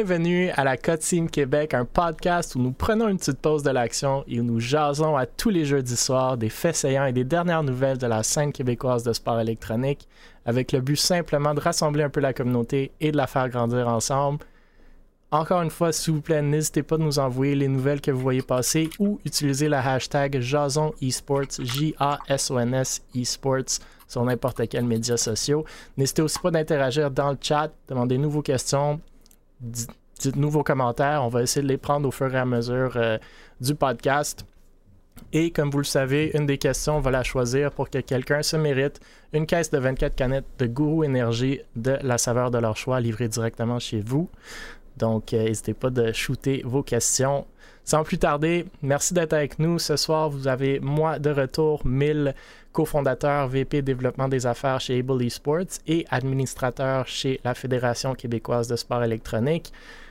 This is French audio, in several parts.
Bienvenue à la Cutscene Québec, un podcast où nous prenons une petite pause de l'action et où nous jasons à tous les jeudis soirs des faits saillants et des dernières nouvelles de la scène québécoise de sport électronique, avec le but simplement de rassembler un peu la communauté et de la faire grandir ensemble. Encore une fois, s'il vous plaît, n'hésitez pas de nous envoyer les nouvelles que vous voyez passer ou utiliser le hashtag Jason Esports, J-A-S-O-N-S Esports, sur n'importe quel média social. N'hésitez aussi pas d'interagir dans le chat, demandez-nous vos questions, dites-nous vos commentaires. On va essayer de les prendre au fur et à mesure du podcast. Et comme vous le savez, une des questions, on va la choisir pour que quelqu'un se mérite une caisse de 24 canettes de Gourou Énergie de la saveur de leur choix livrée directement chez vous. Donc, n'hésitez pas de shooter vos questions. Sans plus tarder, merci d'être avec nous. Ce soir, vous avez moi de retour, Mille, cofondateur VP développement des affaires chez Able Esports et administrateur chez la Fédération québécoise de sport électronique.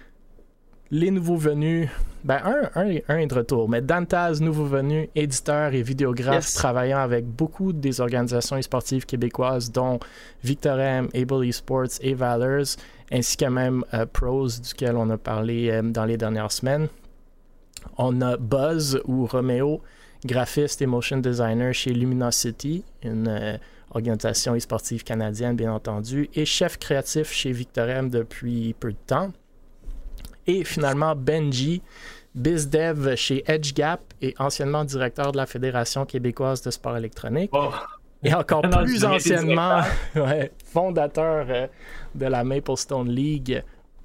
Les nouveaux venus, un est de retour, mais Dantaz, nouveau venu, éditeur et vidéographe, travaillant avec beaucoup des organisations e-sportives québécoises, dont Victor M, Able Esports et Valors, ainsi que même Pros, duquel on a parlé dans les dernières semaines. On a Buzz ou Roméo, graphiste et motion designer chez Luminosity, une organisation e-sportive canadienne, bien entendu, et chef créatif chez Victor M depuis peu de temps. Et finalement, Benji, BizDev chez EdgeGap et anciennement directeur de la Fédération québécoise de sport électronique. Oh. Et encore plus anciennement, fondateur de la Maple Stone League.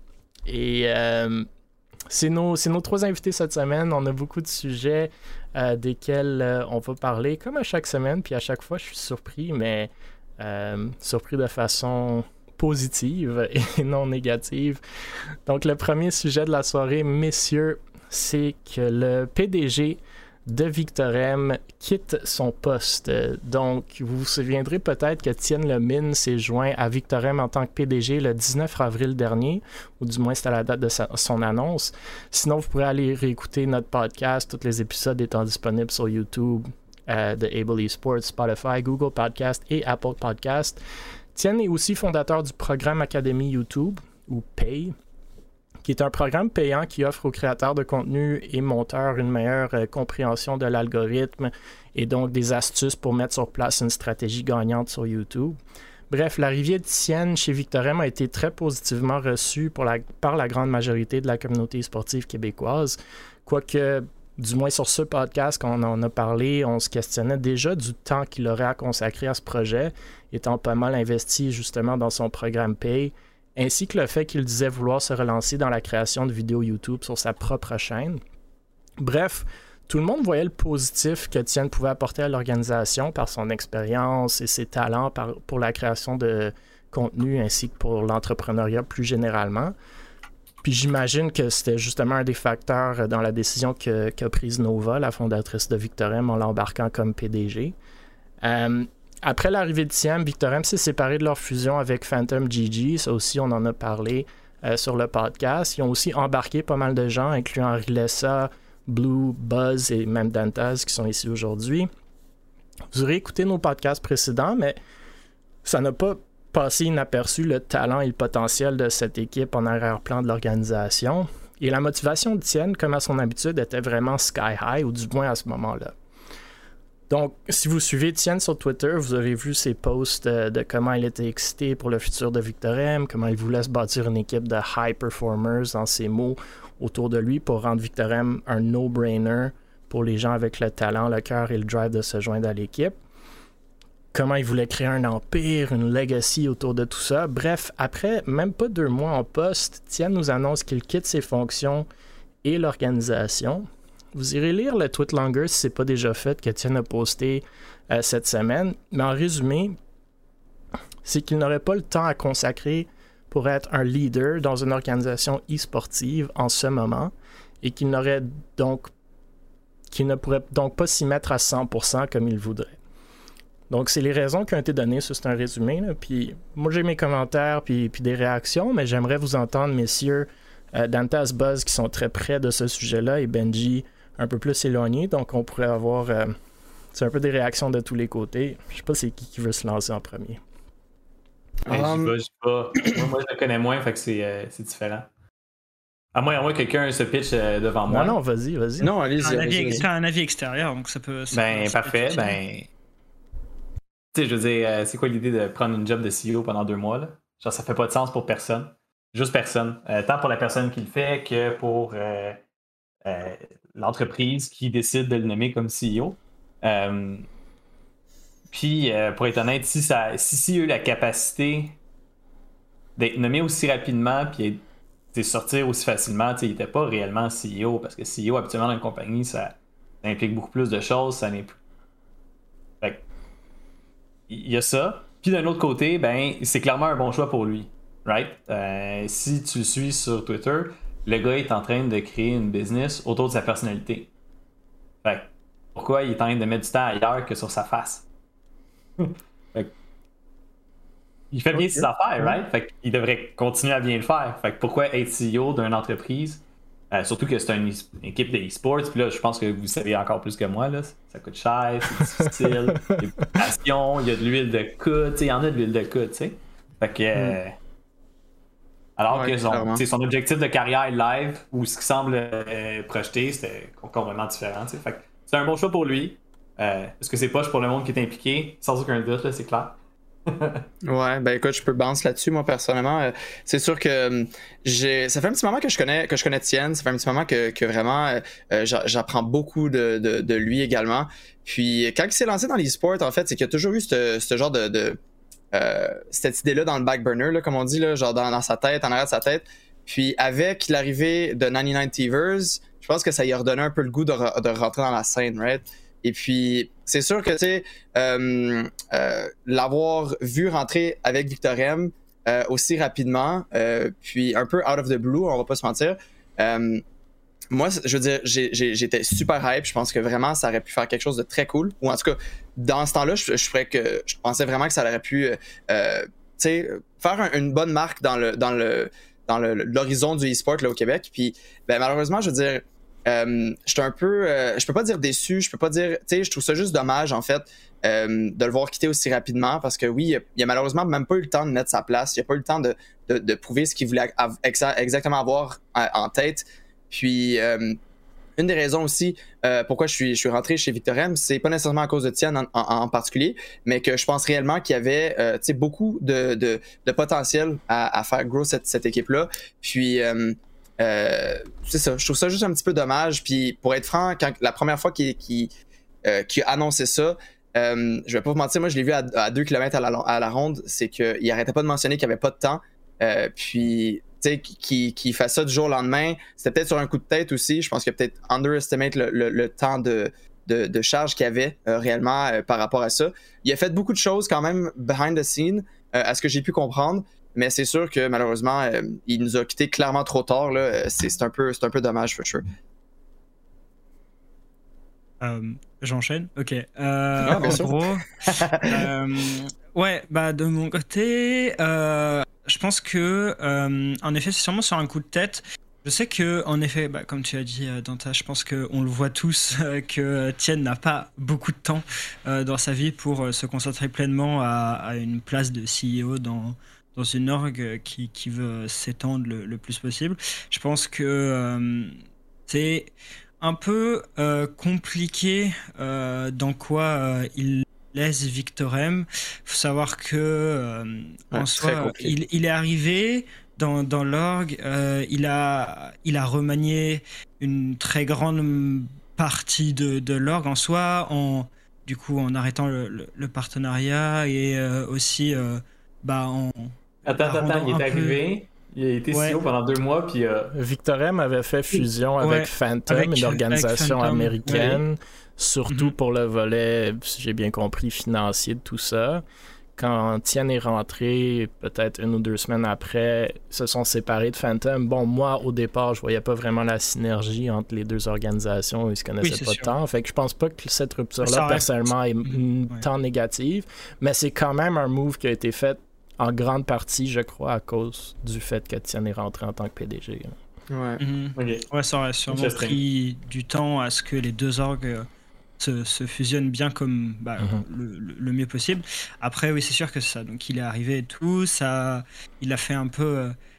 Et c'est nos trois invités cette semaine. On a beaucoup de sujets desquels on va parler, comme à chaque semaine. Puis à chaque fois, je suis surpris, mais surpris de façon positive et non négative. Donc, le premier sujet de la soirée, messieurs, c'est que le PDG de Victor M quitte son poste. Donc, vous vous souviendrez peut-être que Tienne Lemine s'est joint à Victor M en tant que PDG le 19 avril dernier, ou du moins c'était la date de son annonce. Sinon, vous pourrez aller réécouter notre podcast, tous les épisodes étant disponibles sur YouTube de Able Esports, Spotify, Google Podcast et Apple Podcast. Tienne est aussi fondateur du programme Académie YouTube, ou Pay, qui est un programme payant qui offre aux créateurs de contenu et monteurs une meilleure compréhension de l'algorithme et donc des astuces pour mettre sur place une stratégie gagnante sur YouTube. Bref, l'arrivée de Tienne chez Victor M a été très positivement reçue par la grande majorité de la communauté sportive québécoise, quoique du moins sur ce podcast, quand on en a parlé, on se questionnait déjà du temps qu'il aurait à consacrer à ce projet, étant pas mal investi justement dans son programme Pay, ainsi que le fait qu'il disait vouloir se relancer dans la création de vidéos YouTube sur sa propre chaîne. Bref, tout le monde voyait le positif que Tienne pouvait apporter à l'organisation par son expérience et ses talents pour la création de contenu, ainsi que pour l'entrepreneuriat plus généralement. Puis j'imagine que c'était justement un des facteurs dans la décision qu'a prise Nova, la fondatrice de Victor M, en l'embarquant comme PDG. Après l'arrivée de Tienne, Victor M s'est séparé de leur fusion avec Phantom GG. Ça aussi, on en a parlé sur le podcast. Ils ont aussi embarqué pas mal de gens, incluant Rilessa, Blue, Buzz et même Dantaz qui sont ici aujourd'hui. Vous aurez écouté nos podcasts précédents, mais ça n'a pas passé inaperçu le talent et le potentiel de cette équipe en arrière-plan de l'organisation. Et la motivation de Tienne, comme à son habitude, était vraiment sky high, ou du moins à ce moment-là. Donc, si vous suivez Tienne sur Twitter, vous aurez vu ses posts de comment il était excité pour le futur de Victor M, comment il voulait se bâtir une équipe de high performers, dans ses mots, autour de lui pour rendre Victor M un no-brainer pour les gens avec le talent, le cœur et le drive de se joindre à l'équipe. Comment il voulait créer un empire, une legacy autour de tout ça. Bref, après même pas 2 mois en poste, Tienne nous annonce qu'il quitte ses fonctions et l'organisation. Vous irez lire le tweet longer si ce n'est pas déjà fait que Tienne a posté cette semaine. Mais en résumé, c'est qu'il n'aurait pas le temps à consacrer pour être un leader dans une organisation e-sportive en ce moment et qu'il ne pourrait donc pas s'y mettre à 100% comme il voudrait. Donc, c'est les raisons qui ont été données. Ça, c'est un résumé. Là. Puis, moi, j'ai mes commentaires puis des réactions, mais j'aimerais vous entendre, messieurs, Dantaz, Buzz, qui sont très près de ce sujet-là, et Benji, un peu plus éloigné. Donc, on pourrait avoir c'est un peu des réactions de tous les côtés. Je sais pas c'est qui veut se lancer en premier. Moi, je le connais moins, fait que c'est différent. À moins que quelqu'un se pitch devant moi. Non, vas-y. Non, allez-y. T'as un avis extérieur, donc ça peut... Parfait, tu sais, je veux dire, c'est quoi l'idée de prendre une job de CEO pendant 2 mois, là? Genre, ça fait pas de sens pour personne. Juste personne. Tant pour la personne qui le fait que pour l'entreprise qui décide de le nommer comme CEO. Puis, pour être honnête, si eu la capacité d'être nommé aussi rapidement puis sortir aussi facilement, il n'était pas réellement CEO, parce que CEO, habituellement, dans une compagnie, ça implique beaucoup plus de choses, ça n'implique... Fait il y a ça. Puis d'un autre côté, ben, c'est clairement un bon choix pour lui. Right? Si tu le suis sur Twitter, le gars est en train de créer une business autour de sa personnalité. Fait pourquoi il est en train de mettre du temps ailleurs que sur sa face? Il fait bien ses affaires, right? Fait qu'il devrait continuer à bien le faire. Fait que pourquoi être CEO d'une entreprise? Surtout que c'est une équipe de e-sports. Puis là, je pense que vous savez encore plus que moi. Là. Ça coûte cher, c'est difficile. Il y a de la passion, il y a de l'huile de coude. Il y en a de l'huile de coude, tu sais. Fait que... Alors que son objectif de carrière live, ou ce qui semble projeté, c'était complètement différent. T'sais. Fait que c'est un bon choix pour lui. Est-ce que c'est poche pour le monde qui est impliqué? Sans aucun doute, là, c'est clair. Ouais, ben écoute, je peux bounce là-dessus, moi, personnellement. C'est sûr que ça fait un petit moment que je connais Tienne. Ça fait un petit moment que vraiment j'apprends beaucoup de lui également. Puis quand il s'est lancé dans l'e-sport, en fait, c'est qu'il y a toujours eu ce genre cette idée-là dans le back burner, là, comme on dit, là, genre dans sa tête, en arrière de sa tête. Puis avec l'arrivée de 99 Thieves, je pense que ça lui a redonné un peu le goût de rentrer dans la scène, right? Et puis, c'est sûr que, tu sais, l'avoir vu rentrer avec Victor M aussi rapidement, puis un peu out of the blue, on va pas se mentir, moi, je veux dire, j'étais super hype. Je pense que vraiment, ça aurait pu faire quelque chose de très cool. Ou en tout cas, dans ce temps-là, je pensais vraiment que ça aurait pu, tu sais, faire une bonne marque dans l'horizon du e-sport là, au Québec. Puis, ben, malheureusement, je veux dire, j'étais un peu, je peux pas dire déçu, je peux pas dire, tu sais, je trouve ça juste dommage en fait de le voir quitter aussi rapidement parce que oui, il a malheureusement même pas eu le temps de mettre sa place, il a pas eu le temps de prouver ce qu'il voulait exactement avoir en tête. Puis une des raisons aussi pourquoi je suis rentré chez Victor M, c'est pas nécessairement à cause de Tienne en particulier, mais que je pense réellement qu'il y avait tu sais, beaucoup de potentiel à faire grow cette équipe-là. Puis c'est ça, je trouve ça juste un petit peu dommage. Puis pour être franc, la première fois qu'il a annoncé ça, je vais pas vous mentir, moi je l'ai vu à 2 km à la ronde, c'est qu'il arrêtait pas de mentionner qu'il n'y avait pas de temps. Puis tu sais, qui fait ça du jour au lendemain, c'était peut-être sur un coup de tête aussi. Je pense qu'il a peut-être underestimate le temps de charge qu'il y avait réellement par rapport à ça. Il a fait beaucoup de choses quand même behind the scene, à ce que j'ai pu comprendre. Mais c'est sûr que malheureusement, il nous a quitté clairement trop tard. Là. C'est un peu dommage, for sure. J'enchaîne? Ok. Bien en sûr. gros, ouais, bah de mon côté, je pense que, en effet, c'est sûrement sur un coup de tête. Je sais que, en effet, bah, comme tu as dit, Danta, je pense qu'on le voit tous que Tienne n'a pas beaucoup de temps dans sa vie pour se concentrer pleinement à une place de CEO dans une org qui veut s'étendre le plus possible. Je pense que c'est un peu compliqué dans quoi il laisse Victor M. Faut savoir que en soi, il est arrivé dans l'org, il a remanié une très grande partie de l'org en soi, du coup en arrêtant le partenariat et aussi en... Attends, il est arrivé... Il a été CEO pendant 2 mois, puis... Victor M avait fait fusion avec Phantom, une organisation américaine, surtout pour le volet, si j'ai bien compris, financier de tout ça. Quand Tienne est rentré, peut-être 1 ou 2 semaines après, ils se sont séparés de Phantom. Bon, moi, au départ, je voyais pas vraiment la synergie entre les deux organisations, ils se connaissaient pas tant. Fait que je pense pas que cette rupture-là, personnellement, est tant négative, mais c'est quand même un move qui a été fait en grande partie, je crois, à cause du fait que Tienne est rentré en tant que PDG. Ouais. Okay. Ouais, ça aurait sûrement pris du temps à ce que les deux orgues se fusionnent bien comme le mieux possible. Après, oui, c'est sûr que c'est ça. Donc, il est arrivé et tout. Ça, il a fait un peu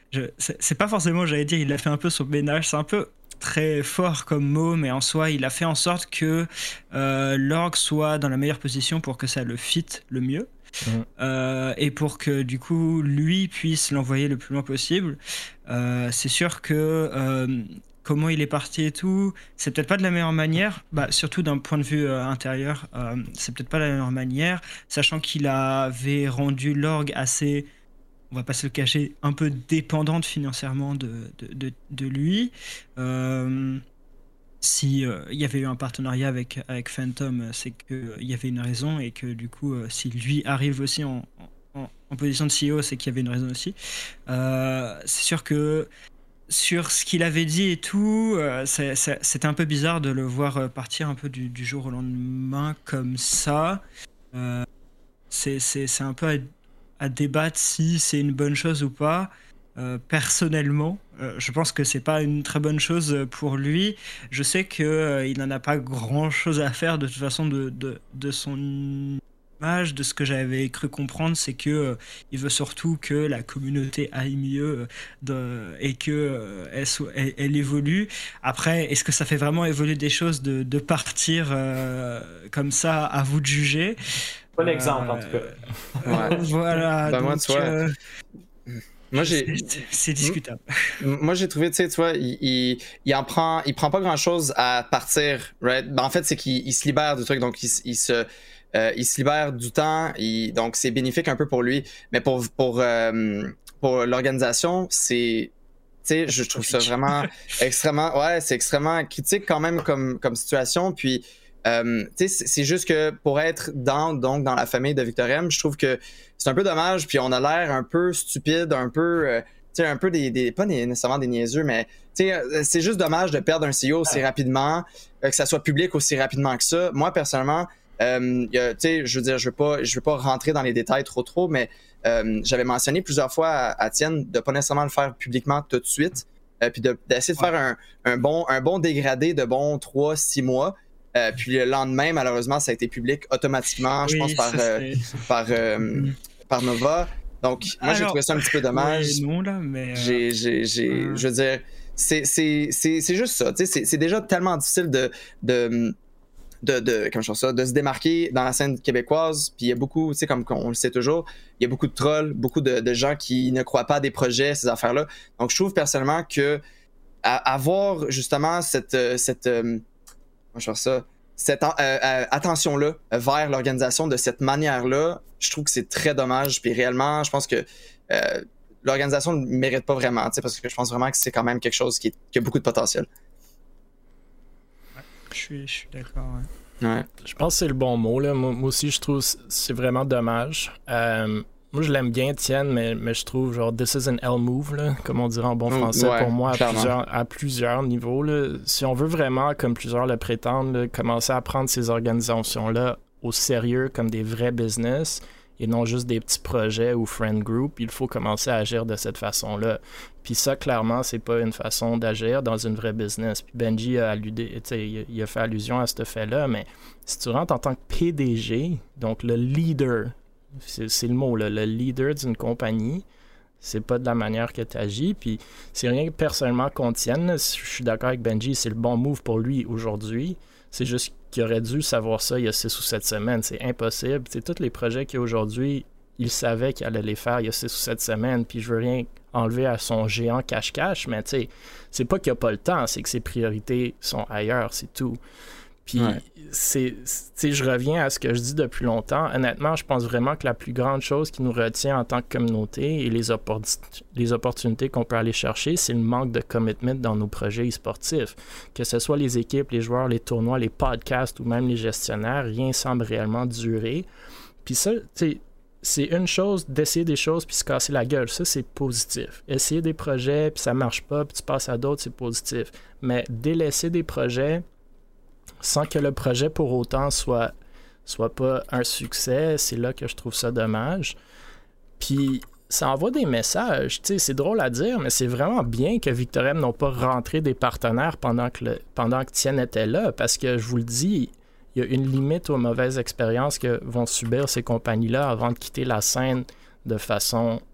c'est pas forcément, j'allais dire, il a fait un peu son ménage, c'est un peu très fort comme mot, mais en soi, il a fait en sorte que l'org soit dans la meilleure position pour que ça le fit le mieux. Et pour que du coup lui puisse l'envoyer le plus loin possible. C'est sûr que comment il est parti et tout, c'est peut-être pas de la meilleure manière, surtout d'un point de vue intérieur, c'est peut-être pas la meilleure manière, sachant qu'il avait rendu l'org assez, on va pas se le cacher, un peu dépendante financièrement de lui. Si il y avait eu un partenariat avec Phantom, c'est qu'il y avait une raison, et que du coup, si lui arrive aussi en position de CEO, c'est qu'il y avait une raison aussi. C'est sûr que sur ce qu'il avait dit et tout, c'était un peu bizarre de le voir partir un peu du jour au lendemain comme ça. C'est un peu à débattre si c'est une bonne chose ou pas. Personnellement, je pense que c'est pas une très bonne chose pour lui. Je sais que il n'en a pas grand chose à faire de toute façon de son image. De ce que j'avais cru comprendre, c'est que il veut surtout que la communauté aille mieux et que elle évolue. Après, est-ce que ça fait vraiment évoluer des choses de partir comme ça? À vous de juger. Pas l'exemple en tout cas. Ouais. Voilà. Ben, donc, moi, tu vois, moi, c'est discutable. Moi, j'ai trouvé, tu vois, il prend pas grand chose à partir, right? Ben, en fait, c'est qu'il se libère du truc, donc il se libère du temps, donc c'est bénéfique un peu pour lui. Mais pour l'organisation, c'est, tu sais, je trouve ça vraiment extrêmement, ouais, c'est extrêmement critique quand même comme situation. Puis, tu sais, c'est juste que pour être dans la famille de Victor M, je trouve que c'est un peu dommage, puis on a l'air un peu stupide, un peu, tu sais, un peu pas nécessairement des niaiseux, mais tu sais, c'est juste dommage de perdre un CEO aussi rapidement, que ça soit public aussi rapidement que ça. Moi, personnellement, tu sais, je veux dire, je veux pas rentrer dans les détails trop, mais j'avais mentionné plusieurs fois à Tienne de pas nécessairement le faire publiquement tout de suite, puis d'essayer de faire un bon dégradé de 3-6 mois. Puis le lendemain, malheureusement, ça a été public automatiquement, je pense, par Nova. Donc, moi, j'ai trouvé ça un petit peu dommage. Non, là, mais je veux dire, c'est juste ça. Tu sais, c'est déjà tellement difficile de se démarquer dans la scène québécoise. Puis il y a beaucoup, tu sais, comme on le sait toujours, il y a beaucoup de trolls, beaucoup de gens qui ne croient pas à des projets, ces affaires-là. Donc, je trouve personnellement que avoir justement cette attention-là vers l'organisation de cette manière-là, je trouve que c'est très dommage. Puis réellement, je pense que l'organisation ne mérite pas vraiment, parce que je pense vraiment que c'est quand même quelque chose qui a beaucoup de potentiel. Ouais, je suis d'accord. Ouais. Je pense que c'est le bon mot. Là. Moi aussi, je trouve que c'est vraiment dommage. Moi, je l'aime bien, Tienne, mais je trouve, genre, this is an L move, là, comme on dirait en bon français, ouais, pour moi, à plusieurs niveaux. Là. Si on veut vraiment, comme plusieurs le prétendent, là, commencer à prendre ces organisations-là au sérieux comme des vrais business et non juste des petits projets ou friend group, il faut commencer à agir de cette façon-là. Puis ça, clairement, c'est pas une façon d'agir dans une vraie business. Puis Benji a il a fait allusion à ce fait-là, mais si tu rentres en tant que PDG, donc le leader, c'est le mot, là, le leader d'une compagnie, c'est pas de la manière que tu agis. Puis c'est rien que personnellement qu'on tienne. Je suis d'accord avec Benji, c'est le bon move pour lui aujourd'hui. C'est juste qu'il aurait dû savoir ça il y a 6 ou 7 semaines. C'est impossible. T'sais, tous les projets qu'il y a aujourd'hui, il savait qu'il allait les faire il y a 6 ou 7 semaines. Puis je veux rien enlever à son géant cache-cache, mais tu sais, c'est pas qu'il n'y a pas le temps, c'est que ses priorités sont ailleurs, c'est tout. Puis, je reviens à ce que je dis depuis longtemps. Honnêtement, je pense vraiment que la plus grande chose qui nous retient en tant que communauté et les opportunités qu'on peut aller chercher, c'est le manque de commitment dans nos projets e-sportifs. Que ce soit les équipes, les joueurs, les tournois, les podcasts ou même les gestionnaires, rien semble réellement durer. Puis ça, tu sais, c'est une chose d'essayer des choses puis se casser la gueule. Ça, c'est positif. Essayer des projets puis ça marche pas puis tu passes à d'autres, c'est positif. Mais délaisser des projets sans que le projet pour autant soit pas un succès, c'est là que je trouve ça dommage. Puis ça envoie des messages, tu sais, c'est drôle à dire, mais c'est vraiment bien que Victor M n'ont pas rentré des partenaires pendant que Tienne était là, parce que je vous le dis, il y a une limite aux mauvaises expériences que vont subir ces compagnies-là avant de quitter la scène de façon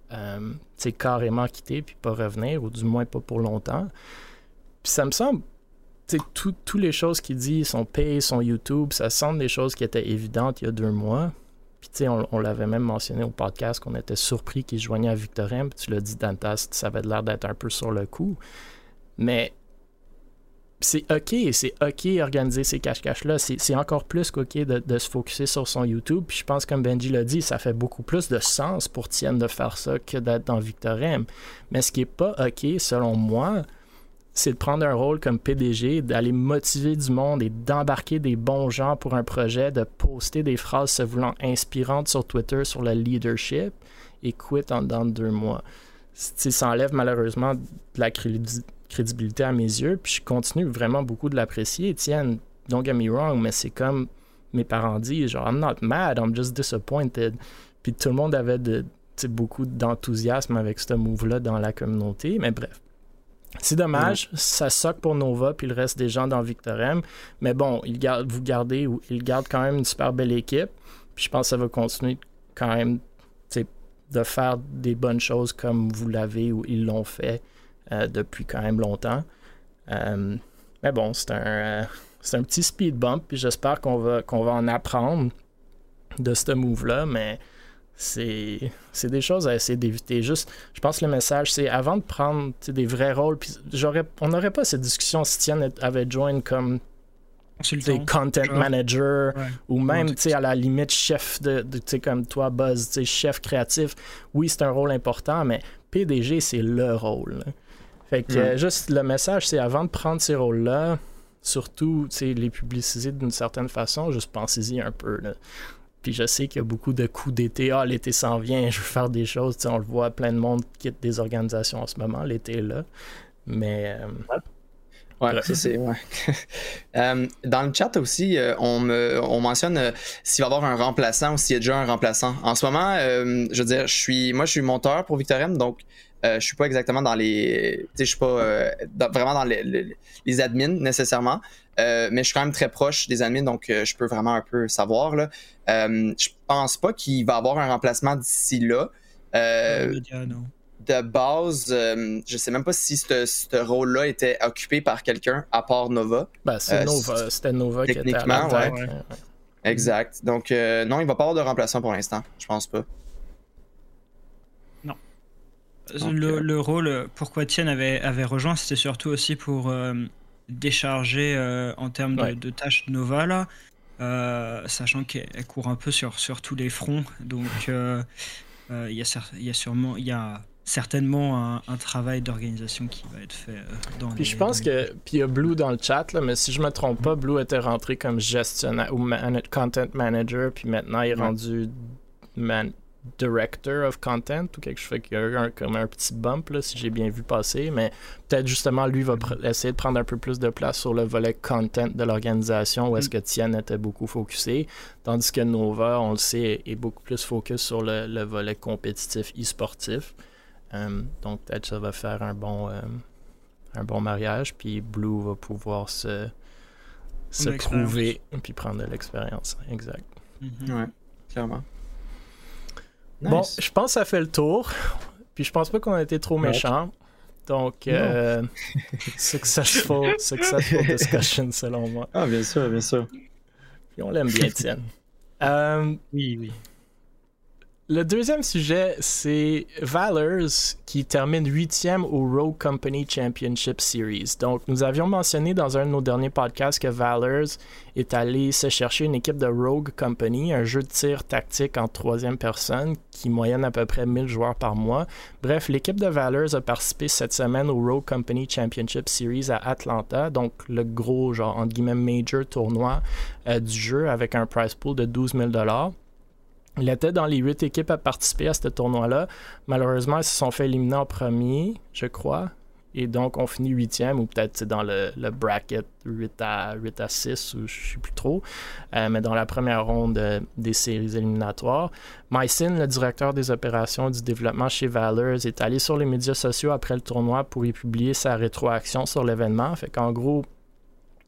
carrément quitter puis pas revenir, ou du moins pas pour longtemps. Puis ça me semble, toutes les choses qu'il dit, son pay, son YouTube, ça semble des choses qui étaient évidentes il y a 2 mois. Puis on l'avait même mentionné au podcast qu'on était surpris qu'il se joignait à Victorin. Puis tu l'as dit, Dantas, ça avait l'air d'être un peu sur le coup. Mais c'est OK organiser ces cache-caches-là. C'est encore plus qu'OK de se focusser sur son YouTube. Puis je pense, comme Benji l'a dit, ça fait beaucoup plus de sens pour Tienne de faire ça que d'être dans Victorin. Mais ce qui n'est pas OK, selon moi, c'est de prendre un rôle comme PDG, d'aller motiver du monde et d'embarquer des bons gens pour un projet, de poster des phrases se voulant inspirantes sur Twitter sur le leadership et quit en dedans de 2 mois. Ça enlève malheureusement de la crédibilité à mes yeux, puis je continue vraiment beaucoup de l'apprécier. Tiens, don't get me wrong, mais c'est comme mes parents disent, genre, I'm not mad, I'm just disappointed. Puis tout le monde avait beaucoup d'enthousiasme avec ce move-là dans la communauté, mais bref. C'est dommage, ça soque pour Nova puis le reste des gens dans Victorin, mais bon, il garde quand même une super belle équipe, puis je pense que ça va continuer quand même de faire des bonnes choses comme vous l'avez ou ils l'ont fait depuis quand même longtemps. Mais bon, c'est un petit speed bump, puis j'espère qu'on va en apprendre de ce move-là, mais c'est des choses à essayer d'éviter. Juste, je pense que le message, c'est avant de prendre des vrais rôles, puis on n'aurait pas cette discussion si Tienne avait joint comme content manager, ou même à la limite chef de comme toi, Buzz, chef créatif. Oui, c'est un rôle important, mais PDG, c'est le rôle. Là. Fait que juste le message, c'est avant de prendre ces rôles-là, surtout les publiciser d'une certaine façon, juste pensez-y un peu. Là. Puis je sais qu'il y a beaucoup de coups d'été. Ah, l'été s'en vient, je veux faire des choses. On le voit, plein de monde quitte des organisations en ce moment. L'été est là. Mais... Ouais, ça c'est... Ouais. Dans le chat aussi, on mentionne s'il va y avoir un remplaçant ou s'il y a déjà un remplaçant. En ce moment, je veux dire, je suis monteur pour Victorin, donc je suis pas exactement dans les... je suis pas vraiment dans les admins nécessairement, mais je suis quand même très proche des admins, donc je peux vraiment un peu savoir. Là. Je pense pas qu'il va y avoir un remplacement d'ici là. De base, je sais même pas si ce rôle-là était occupé par quelqu'un à part Nova. Ben, c'était Nova qui était à l'attaque. Ouais. Exact. Donc, non, il va pas avoir de remplaçant pour l'instant. Je pense pas. Non. Donc, le rôle, pourquoi Tienne avait rejoint, c'était surtout aussi pour décharger en termes de tâches Nova, là, sachant qu'elle court un peu sur tous les fronts. Donc, il y a certainement un travail d'organisation qui va être fait dans puis je pense que puis il y a Blue dans le chat là, mais si je me trompe pas, Blue était rentré comme gestionnaire ou content manager, puis maintenant il est rendu director of content ou quelque chose. Fait qu'il y a eu comme un petit bump là, si j'ai bien vu passer, mais peut-être justement lui va essayer de prendre un peu plus de place sur le volet content de l'organisation où est-ce que Tienne était beaucoup focusé, tandis que Nova, on le sait, est beaucoup plus focus sur le volet compétitif e-sportif. Donc peut-être ça va faire un bon mariage, puis Blue va pouvoir se prouver puis prendre de l'expérience. Exact. Ouais, clairement. Nice. Bon, je pense que ça fait le tour. Puis je pense pas qu'on a été trop méchants. Donc, successful discussion selon moi. Ah, bien sûr, bien sûr. Puis on l'aime bien, Tienne. Oui. Le deuxième sujet, c'est Valors qui termine 8e au Rogue Company Championship Series. Donc, nous avions mentionné dans un de nos derniers podcasts que Valors est allé se chercher une équipe de Rogue Company, un jeu de tir tactique en 3e personne qui moyenne à peu près 1000 joueurs par mois. Bref, l'équipe de Valors a participé cette semaine au Rogue Company Championship Series à Atlanta, donc le gros, genre, entre guillemets, major tournoi du jeu avec un prize pool de 12 000 $. Il était dans les 8 équipes à participer à ce tournoi-là. Malheureusement, ils se sont fait éliminer en premier, je crois. Et donc, on finit 8e ou peut-être dans le bracket 8 à 6 ou je ne sais plus trop. Mais dans la première ronde des séries éliminatoires. Mycin, le directeur des opérations et du développement chez Valors, est allé sur les médias sociaux après le tournoi pour y publier sa rétroaction sur l'événement. Fait qu'en gros,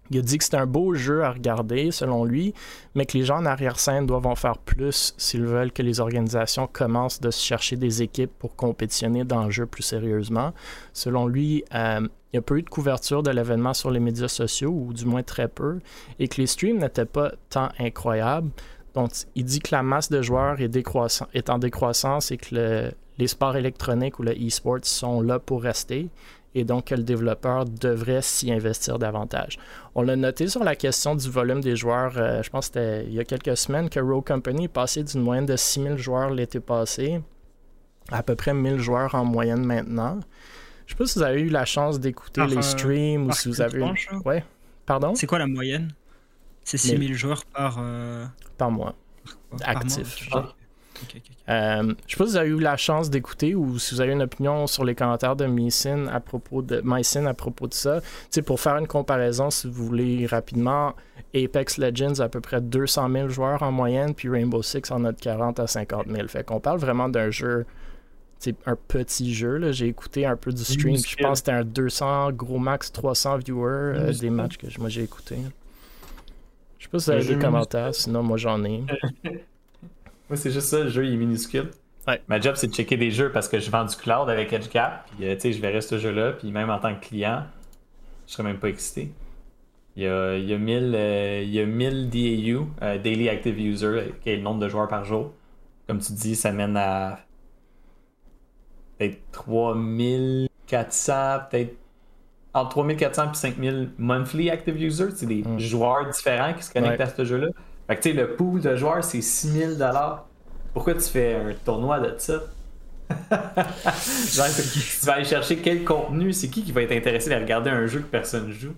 Il a dit que c'est un beau jeu à regarder, selon lui, mais que les gens en arrière-scène doivent en faire plus s'ils veulent que les organisations commencent de se chercher des équipes pour compétitionner dans le jeu plus sérieusement. Selon lui, il n'y a pas eu de couverture de l'événement sur les médias sociaux, ou du moins très peu, et que les streams n'étaient pas tant incroyables. Donc, il dit que la masse de joueurs est en décroissance et que les sports électroniques ou le e-sport sont là pour rester. Et donc que le développeur devrait s'y investir davantage. On l'a noté sur la question du volume des joueurs, je pense que c'était il y a quelques semaines que Rogue Company est passé d'une moyenne de 6000 joueurs l'été passé à peu près 1000 joueurs en moyenne maintenant. Je ne sais pas si vous avez eu la chance d'écouter les streams ou si vous avez... Ouais, pardon? C'est quoi la moyenne? C'est 6000 joueurs par mois. Actif. Par mois. Okay. Je ne sais pas si vous avez eu la chance d'écouter ou si vous avez une opinion sur les commentaires de Mycin à propos de ça. T'sais, pour faire une comparaison, si vous voulez rapidement, Apex Legends a à peu près 200 000 joueurs en moyenne, puis Rainbow Six en a de 40 à 50 000. Fait qu'on parle vraiment d'un jeu, un petit jeu. Là. J'ai écouté un peu du stream, je pense que c'était un 200, gros max 300 viewers des matchs que moi j'ai écoutés. Je sais pas si vous avez des commentaires, sinon moi j'en ai. Moi, c'est juste ça, le jeu il est minuscule. Ouais. Ma job, c'est de checker des jeux parce que je vends du cloud avec EdgeCap. Puis, je verrais ce jeu-là. Puis, même en tant que client, je serais même pas excité. Il y a 1000 DAU, Daily Active User, qui est le nombre de joueurs par jour. Comme tu dis, ça mène à peut-être 3400, peut-être entre 3400 et 5000 Monthly Active Users. C'est des joueurs différents qui se connectent à ce jeu-là. Fait que tu sais, le pool de joueurs, c'est 6000 $. Pourquoi tu fais un tournoi de ça? Genre, tu vas aller chercher quel contenu, c'est qui va être intéressé à regarder un jeu que personne joue?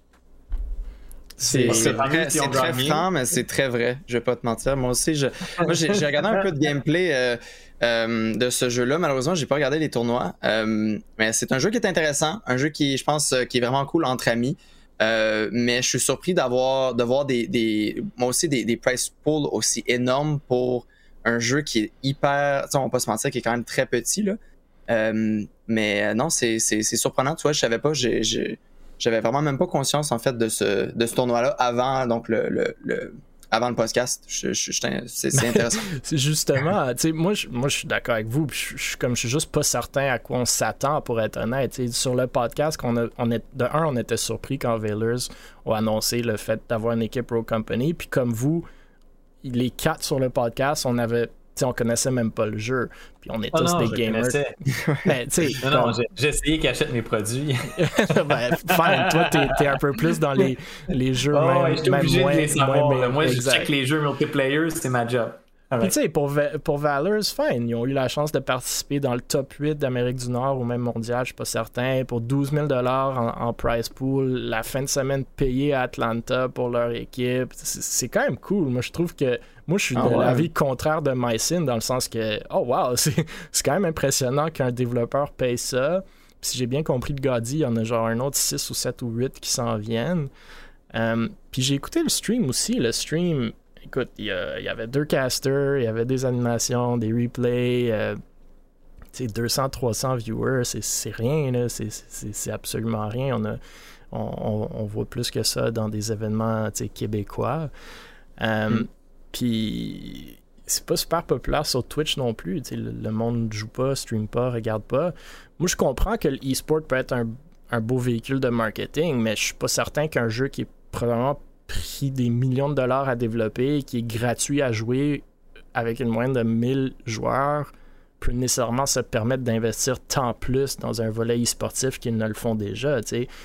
C'est très franc, mais c'est très vrai. Je vais pas te mentir. Moi aussi, j'ai regardé un peu de gameplay de ce jeu-là. Malheureusement, j'ai pas regardé les tournois. Mais c'est un jeu qui est intéressant. Un jeu qui, je pense, qui est vraiment cool entre amis. Mais je suis surpris de voir moi aussi des price pools aussi énormes pour un jeu qui est hyper, on va pas se mentir, qui est quand même très petit là. Mais non, c'est surprenant, tu vois, je savais pas, j'avais vraiment même pas conscience en fait de ce tournoi-là avant donc avant le podcast. C'est intéressant. C'est justement, tu sais, moi je suis d'accord avec vous. Je suis juste pas certain à quoi on s'attend, pour être honnête. T'sais, sur le podcast, on était surpris quand Veilers ont annoncé le fait d'avoir une équipe Rogue Company. Puis comme vous, les 4 sur le podcast, on connaissait même pas le jeu. Puis on est tous des gamers. Ben, non, j'ai essayé qu'ils achètent mes produits. Ben, fine, toi, t'es un peu plus dans les jeux même obligé moins, de les savoir. Moi, je exact. check les jeux multiplayer, c'est ma job. Puis tu sais, pour Valors, fine, ils ont eu la chance de participer dans le top 8 d'Amérique du Nord ou même mondial, je suis pas certain, pour 12 000 $ en prize pool, la fin de semaine payée à Atlanta pour leur équipe. C'est quand même cool. Moi, je trouve que je suis de l'avis contraire de Mycin, dans le sens que, oh wow, c'est quand même impressionnant qu'un développeur paye ça. Puis si j'ai bien compris, le Gaudi, il y en a genre un autre 6 ou 7 ou 8 qui s'en viennent. Puis j'ai écouté le stream aussi. Le stream, écoute, il y avait 2 casters, il y avait des animations, des replays, 200-300 viewers, c'est rien, là, c'est absolument rien. On voit plus que ça dans des événements québécois. Puis c'est pas super populaire sur Twitch non plus. Le monde ne joue pas, stream pas, regarde pas. Moi, je comprends que l'e-sport peut être un beau véhicule de marketing, mais je suis pas certain qu'un jeu qui est probablement pris des millions de dollars à développer, qui est gratuit à jouer avec une moyenne de 1000 joueurs, peut nécessairement se permettre d'investir tant plus dans un volet e-sportif qu'ils ne le font déjà.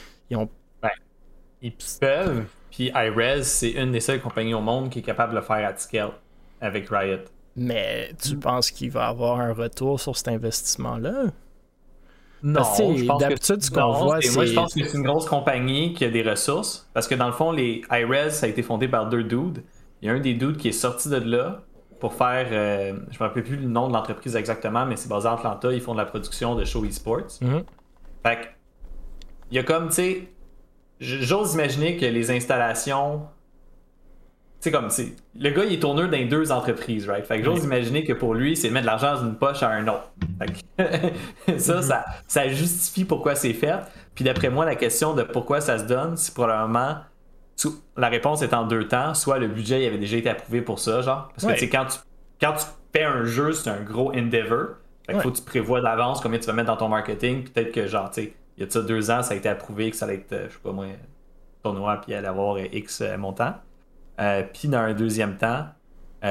Ils peuvent, puis iRes, c'est une des seules compagnies au monde qui est capable de le faire à scale avec Riot. Mais tu penses qu'il va avoir un retour sur cet investissement-là? Non, je pense d'habitude, ce qu'on voit, c'est... Moi, je pense que c'est une grosse compagnie qui a des ressources. Parce que dans le fond, les iRes, ça a été fondé par 2 dudes. Il y a un des dudes qui est sorti de là pour faire... je me rappelle plus le nom de l'entreprise exactement, mais c'est basé à Atlanta. Ils font de la production de shows e-sports. Mm-hmm. Fait que, il y a comme, tu sais... J'ose imaginer que les installations... Tu sais, comme, le gars, il est tourneur dans 2 entreprises, right? Fait que j'ose imaginer que pour lui, c'est de mettre de l'argent dans une poche à un autre. Fait que ça justifie pourquoi c'est fait. Puis d'après moi, la question de pourquoi ça se donne, c'est probablement la réponse est en 2 temps. Soit le budget il avait déjà été approuvé pour ça, genre. Parce que tu sais, quand tu fais un jeu, c'est un gros endeavor. Fait qu'il faut que tu prévois d'avance combien tu vas mettre dans ton marketing. Peut-être que, genre, tu sais, il y a de ça 2 ans, ça a été approuvé que ça allait être, je sais pas moi, tournoi, puis il allait avoir X montant. Puis dans un deuxième temps, tu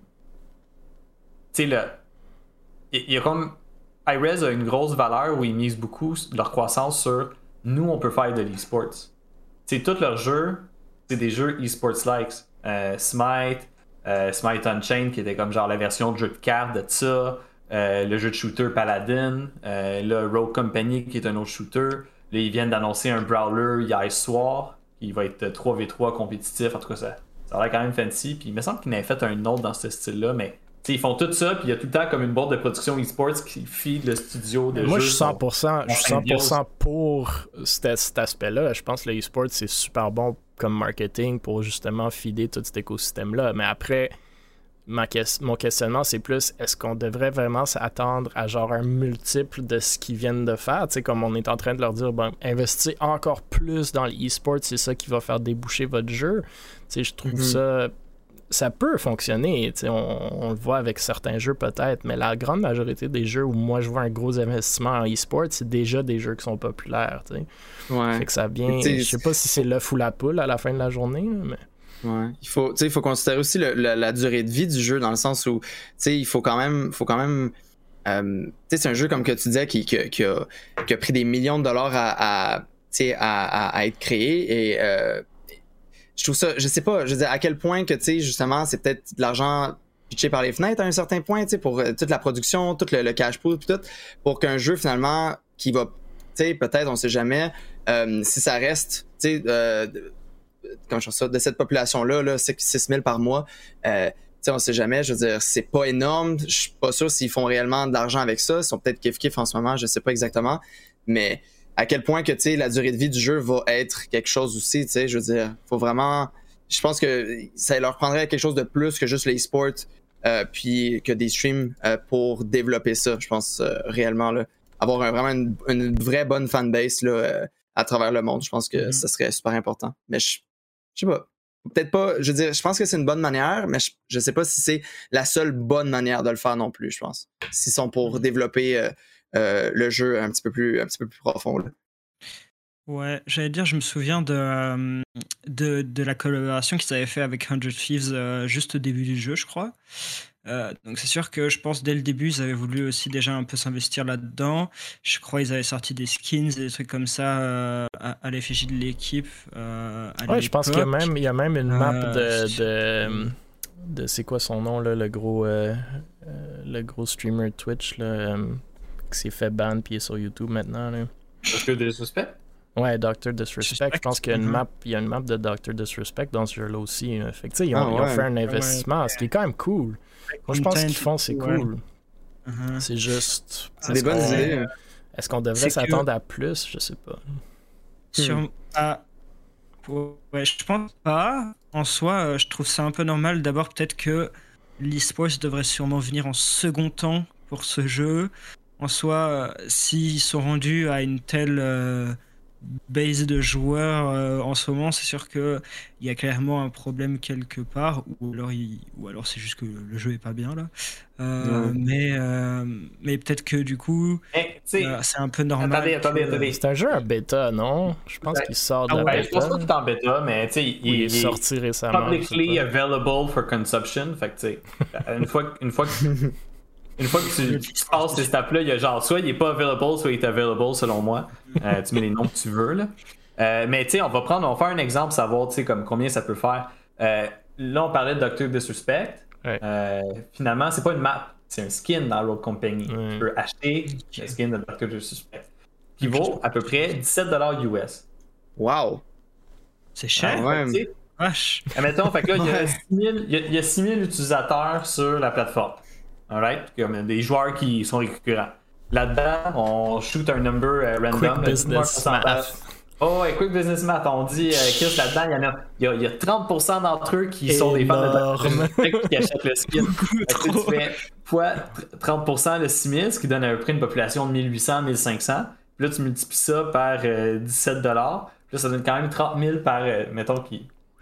sais, il y a comme. iRes a une grosse valeur où ils misent beaucoup leur croissance sur nous, on peut faire de l'e-sports. Tu sais, tous leurs jeux, c'est des jeux e-sports-like. Smite, Smite Unchained, qui était comme genre la version de jeu de cartes de ça. Le jeu de shooter Paladin. Le Rogue Company, qui est un autre shooter. Là, ils viennent d'annoncer un brawler hier soir, qui va être 3v3 compétitif. En tout cas, ça a l'air quand même fancy. Puis il me semble qu'ils en avaient fait un autre dans ce style-là, mais t'sais, ils font tout ça, puis il y a tout le temps comme une boîte de production e-sports qui feed le studio de jeux. Moi, je suis 100% pour cet aspect-là. Je pense que le e-sport, c'est super bon comme marketing pour justement feeder tout cet écosystème-là. Mais après, mon questionnement, c'est plus, est-ce qu'on devrait vraiment s'attendre à genre un multiple de ce qu'ils viennent de faire? Tu sais, comme on est en train de leur dire, ben, investissez encore plus dans l'e-sport, c'est ça qui va faire déboucher votre jeu. Tu sais, je trouve ça peut fonctionner, on le voit avec certains jeux peut-être, mais la grande majorité des jeux où moi je vois un gros investissement en e-sport, c'est déjà des jeux qui sont populaires. Ouais. Fait que ça vient. Je sais pas si c'est l'œuf ou la poule à la fin de la journée, mais. Ouais. Il faut considérer aussi la durée de vie du jeu, dans le sens où il faut quand même c'est un jeu comme que tu disais qui a pris des millions de dollars à être créé, et je trouve ça, je sais pas, je veux dire à quel point que justement c'est peut-être de l'argent pitché par les fenêtres à un certain point, pour toute la production, tout le cash pool, puis tout, pour qu'un jeu finalement qui va, peut-être, on sait jamais, si ça reste, comment je dis ça, de cette population-là, 6 000 par mois, on sait jamais, je veux dire, c'est pas énorme, je suis pas sûr s'ils font réellement de l'argent avec ça, ils sont peut-être kiff-kiff en ce moment, je sais pas exactement, mais à quel point que la durée de vie du jeu va être quelque chose aussi, je veux dire, faut vraiment, je pense que ça leur prendrait quelque chose de plus que juste l'e-sport, puis que des streams pour développer ça, je pense réellement, là, avoir vraiment une vraie bonne fanbase là, à travers le monde, je pense que ça serait super important, mais je sais pas, peut-être pas, je veux dire, je pense que c'est une bonne manière, mais je sais pas si c'est la seule bonne manière de le faire non plus, je pense, s'ils sont pour développer le jeu un petit peu plus profond, là. Ouais, j'allais dire, je me souviens de la collaboration qu'ils avaient fait avec 100 Thieves juste au début du jeu, je crois. Donc c'est sûr que je pense dès le début, ils avaient voulu aussi déjà un peu s'investir là-dedans. Je crois qu'ils avaient sorti des skins et des trucs comme ça à l'effigie de l'équipe. Ouais, je pense qu'il y a même une map de c'est quoi son nom, là, le gros streamer Twitch là, qui s'est fait ban puis est sur YouTube maintenant. Là. Dr. Disrespect? Ouais, Dr. Disrespect. Je pense qu'il y a une map de Dr. Disrespect dans ce jeu-là aussi. Là. Fait que, ils ont fait un investissement, ce qui est quand même cool. Moi, je pense qu'ils font, c'est cool. C'est juste. C'est des bonnes idées. Est-ce qu'on devrait s'attendre à plus? Je sais pas. Ouais, je pense pas. En soi, je trouve ça un peu normal. D'abord, peut-être que l'e-sports devrait sûrement venir en second temps pour ce jeu. En soi, s'ils sont rendus à une telle base de joueurs en ce moment, c'est sûr qu'il y a clairement un problème quelque part, ou alors c'est juste que le jeu est pas bien là. Mais peut-être que du coup, c'est un peu normal. Attendez. C'est un jeu en bêta, non? Je pense qu'il sort de la bêta. Je pense pas qu'il est en bêta, mais il est sorti récemment. Publicly available for consumption. Fait que une fois que tu passes ces étapes-là, il y a genre soit il n'est pas available, soit il est available selon moi. Tu mets les noms que tu veux. Là. Mais on va faire un exemple, savoir comme combien ça peut faire. Là, on parlait de Dr. Disrespect. Ouais. Finalement, c'est pas une map, c'est un skin dans Rogue Company. Tu peux acheter le skin de Dr. Disrespect qui vaut à peu près $17 US. Wow! C'est cher. Vache. Admettons, fait que là, il y a 6000 utilisateurs sur la plateforme. Alright? Comme des joueurs qui sont récurrents. Là-dedans, on shoot un number random. Quick business math. Oh, et quick business math. On dit, Chris, là-dedans, il y a 30% d'entre eux qui sont des fans de qui achètent le skin. Tu fais fois 30% de 6000, ce qui donne à peu près une population de 1800, 1500. Puis là, tu multiplies ça par $17. Puis là, ça donne quand même 30 000 par, mettons, qui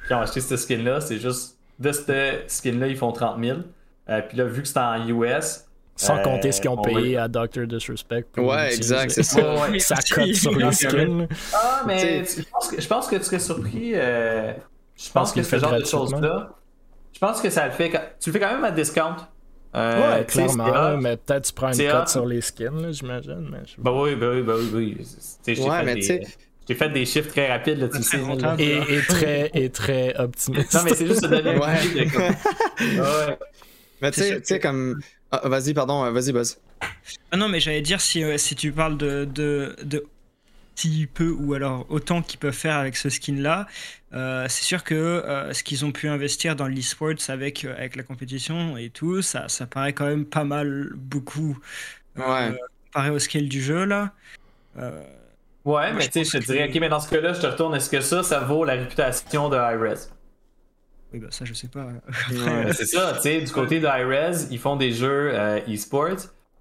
qui ont acheté ce skin-là. C'est juste de ce skin-là, ils font 30 000. Puis là, vu que c'est en US. Sans compter ce qu'ils ont payé à Dr. Disrespect. Ouais, exact, c'est ça. Ça cote sur les skins. Ah, mais je pense que tu serais surpris. Je pense que ce genre de choses-là. Je pense que ça le fait. Tu le fais quand même à discount. Ouais, clairement, mais peut-être tu prends une cote sur les skins, là, j'imagine. Mais oui. J'ai fait des chiffres très rapides, là, tu sais. Et très optimiste. Non, mais c'est juste de donner une idée. Ouais. Mais tu sais, comme. Ah, vas-y, pardon, vas-y, Buzz. Ah non, mais j'allais dire, si tu parles de si peu ou alors autant qu'ils peuvent faire avec ce skin-là, c'est sûr que ce qu'ils ont pu investir dans l'e-sports avec la compétition et tout, ça paraît quand même pas mal, beaucoup, comparé au scale du jeu, là. Ouais, mais tu sais, je te dirais, ok, mais dans ce cas-là, je te retourne, est-ce que ça vaut la réputation de Hi-Rez? Oui, bah ça, je sais pas. Ouais, c'est ça, tu sais, du côté de Hi-Rez, ils font des jeux e-sports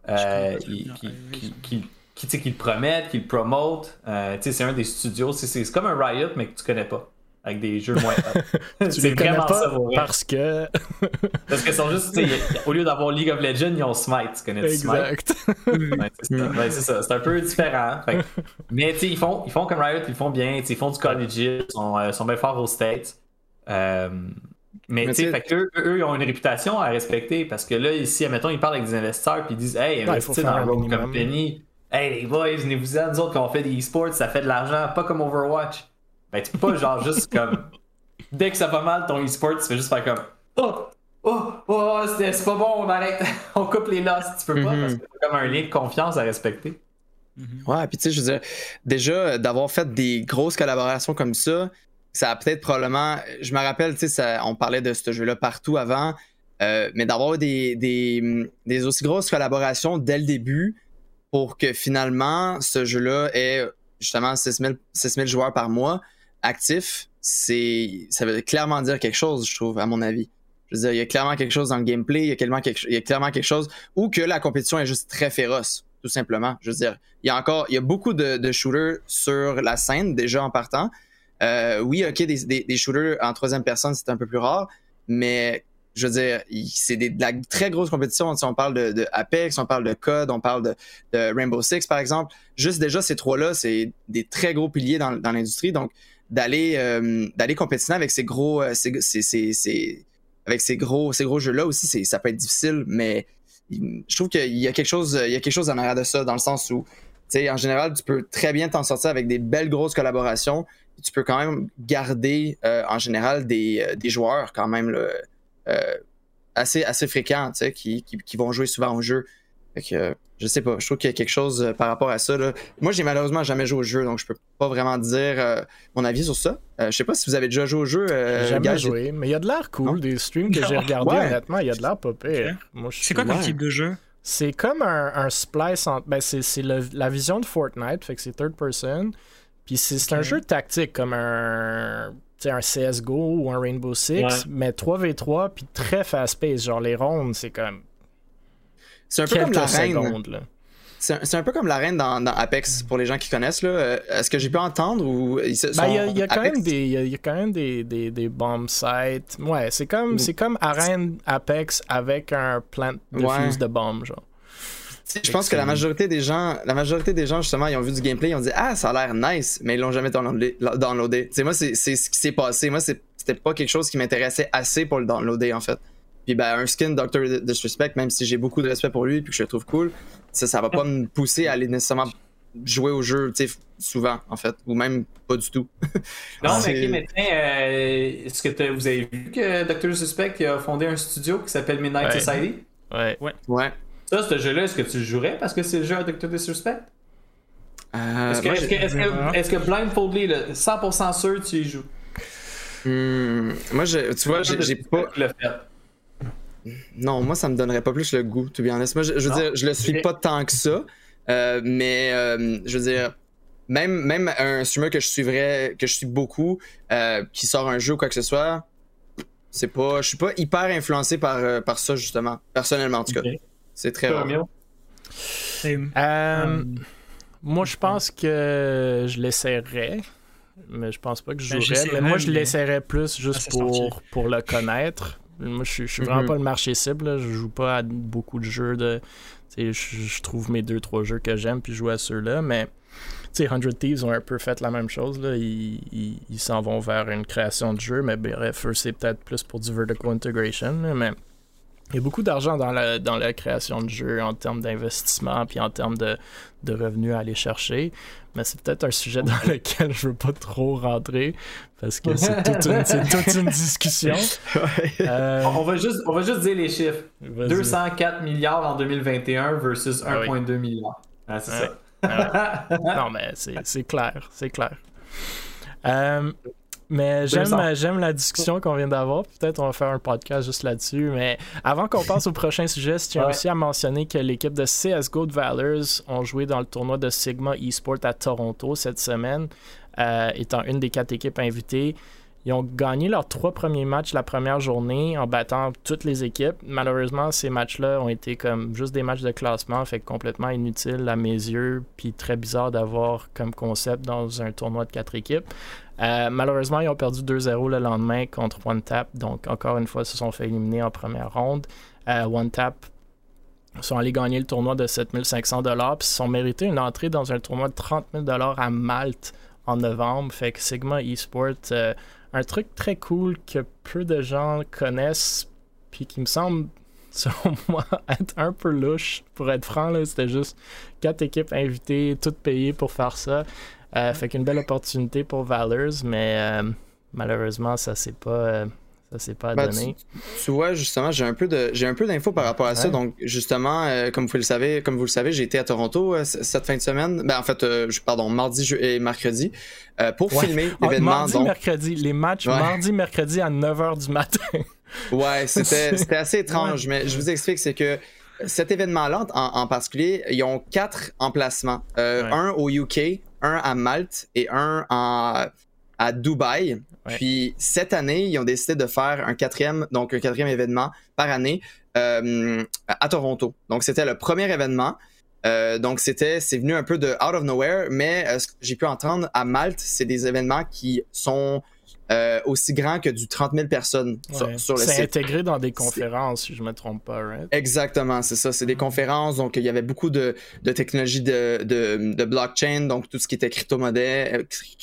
qui le promettent, qui le promotent. Tu sais, c'est un des studios, c'est comme un Riot, mais que tu connais pas, avec des jeux moins tu les connais pas parce que... Parce qu'ils sont juste, au lieu d'avoir League of Legends, ils ont Smite, tu connais exact. Smite? Ouais, c'est ça, c'est un peu différent. Fait. Mais tu sais, ils font comme Riot, ils font bien, ils font du collegiate, ils sont bien forts aux States. Mais tu sais, eux, ils ont une réputation à respecter parce que là, ici, admettons, ils parlent avec des investisseurs puis ils disent hey, investissez dans Rogue Company. Hey, les boys, venez-vous-en, nous autres, quand on fait des e-sports, ça fait de l'argent, pas comme Overwatch. Ben, tu peux pas, genre, juste comme. Dès que ça va mal, ton e-sport, tu fais juste faire comme c'est pas bon, on arrête, on coupe les losses. Tu peux pas parce que c'est comme un lien de confiance à respecter. Ouais, puis tu sais, je veux dire, déjà, d'avoir fait des grosses collaborations comme ça a peut-être probablement. Je me rappelle, tu sais, on parlait de ce jeu-là partout avant, mais d'avoir des aussi grosses collaborations dès le début pour que finalement ce jeu-là ait justement 6 000 joueurs par mois actifs, ça veut clairement dire quelque chose, je trouve, à mon avis. Je veux dire, il y a clairement quelque chose dans le gameplay, il y a clairement quelque chose, ou que la compétition est juste très féroce, tout simplement. Je veux dire, il y a beaucoup de shooters sur la scène, déjà en partant. Oui, ok, des shooters en troisième personne, c'est un peu plus rare, mais je veux dire, c'est de la très grosse compétition. On parle de Apex, on parle de COD, on parle de Rainbow Six, par exemple. Juste déjà, ces trois-là, c'est des très gros piliers dans l'industrie. Donc, d'aller compétitionner avec ces gros jeux-là aussi, ça peut être difficile, mais je trouve qu'il y a quelque chose en arrière de ça, dans le sens où, tu sais, en général, tu peux très bien t'en sortir avec des belles grosses collaborations. Tu peux quand même garder, en général, des joueurs quand même là, assez fréquents, tu sais, qui vont jouer souvent au jeu. Fait que, je sais pas, je trouve qu'il y a quelque chose par rapport à ça, là. Moi, j'ai malheureusement jamais joué au jeu, donc je peux pas vraiment dire mon avis sur ça. Je sais pas si vous avez déjà joué au jeu. Jamais joué, mais il y a de l'air cool. Non? Des streams que j'ai regardés, honnêtement, il y a de l'air pas pire. C'est quoi comme type de jeu? C'est comme un splice entre... Ben, c'est la vision de Fortnite, fait que c'est third person. Puis c'est un jeu tactique comme un CSGO ou un Rainbow Six, mais 3v3 puis très fast-paced. Genre les rondes, c'est comme. C'est un peu comme l'arène. C'est un peu comme l'arène dans Apex pour les gens qui connaissent. Là. Est-ce que j'ai pu entendre ou il y a quand même des bomb sites. Ouais, c'est comme arène Apex avec un plant defuse de bombes, genre. Je pense que la majorité des gens, justement, ils ont vu du gameplay, ils ont dit ah, ça a l'air nice, mais ils l'ont jamais downloadé. Moi, c'est ce qui s'est passé. Moi, c'était pas quelque chose qui m'intéressait assez pour le downloader, en fait. Puis, un skin Dr. Disrespect, même si j'ai beaucoup de respect pour lui et que je le trouve cool, ça va pas me pousser à aller nécessairement jouer au jeu, souvent, en fait, ou même pas du tout. Non, mais ok, maintenant, est-ce que vous avez vu que Dr. Disrespect a fondé un studio qui s'appelle Midnight Society? Ouais. Ça, ce jeu-là, est-ce que tu le jouerais parce que c'est le jeu à Dr. Disrespect? Est-ce que blindfoldly, 100% sûr, tu y joues? Moi, tu vois, j'ai pas... Non, moi, ça me donnerait pas plus le goût, to be honest. Moi, je veux dire, je le suis pas tant que ça, mais je veux dire, même un streamer que je suis beaucoup, qui sort un jeu ou quoi que ce soit, je suis pas hyper influencé par ça, justement, personnellement, en tout cas. C'est très rare. Moi, je pense que je l'essaierais. mais je pense pas que je jouerais. Mais moi, je l'essaierais plus juste pour le connaître. Moi, je suis vraiment pas le marché cible. Là. Je joue pas à beaucoup de jeux de... Je trouve mes 2-3 jeux que j'aime puis je joue à ceux-là, mais 100 Thieves ont un peu fait la même chose. Là. Ils s'en vont vers une création de jeu, mais bref, eux, c'est peut-être plus pour du vertical integration, là, mais il y a beaucoup d'argent dans la création de jeux en termes d'investissement puis en termes de revenus à aller chercher, mais c'est peut-être un sujet dans lequel je veux pas trop rentrer parce que c'est toute une discussion. On va juste dire les chiffres. Vas-y. 204 milliards en 2021 versus 1,2 milliard. Ah, c'est ça. Non, mais c'est clair. Mais j'aime la discussion qu'on vient d'avoir. Peut-être on va faire un podcast juste là-dessus. Mais avant qu'on passe au prochain sujet, je tiens aussi à mentionner que l'équipe de CSGO de Valors ont joué dans le tournoi de Sigma eSport à Toronto cette semaine, étant une des 4 équipes invitées. Ils ont gagné leurs 3 premiers matchs la première journée en battant toutes les équipes. Malheureusement, ces matchs-là ont été comme juste des matchs de classement, fait complètement inutiles à mes yeux, puis très bizarre d'avoir comme concept dans un tournoi de 4 équipes. Malheureusement, ils ont perdu 2-0 le lendemain contre OneTap, donc encore une fois, ils se sont fait éliminer en première ronde. OneTap sont allés gagner le tournoi de 7500 $, puis se sont mérité une entrée dans un tournoi de 30 000 $ à Malte en novembre. Fait que Sigma eSport, un truc très cool que peu de gens connaissent, puis qui me semble, selon moi, être un peu louche. Pour être franc, là, c'était juste 4 équipes invitées, toutes payées pour faire ça. Fait qu'une belle opportunité pour Valors, mais malheureusement, ça s'est pas donné. Tu vois, justement, j'ai un peu d'infos par rapport à ça. Donc, justement, comme vous le savez, j'ai été à Toronto cette fin de semaine. En fait, mardi et mercredi pour filmer l'événement. Mercredi. Les matchs mardi, mercredi à 9h du matin. Ouais, c'était assez étrange, mais je vous explique, c'est que cet événement-là, en particulier, ils ont 4 emplacements. Un au UK, un à Malte et un à Dubaï. Ouais. Puis cette année, ils ont décidé de faire un quatrième événement par année à Toronto. Donc c'était le premier événement. Donc c'est venu un peu de out of nowhere, mais ce que j'ai pu entendre à Malte, c'est des événements qui sont aussi grands que du 30 000 personnes sur le site. C'est intégré dans des conférences, si je me trompe pas, right? Exactement, c'est ça. C'est des conférences, donc il y avait beaucoup de technologies de blockchain, donc tout ce qui était crypto-monnaie,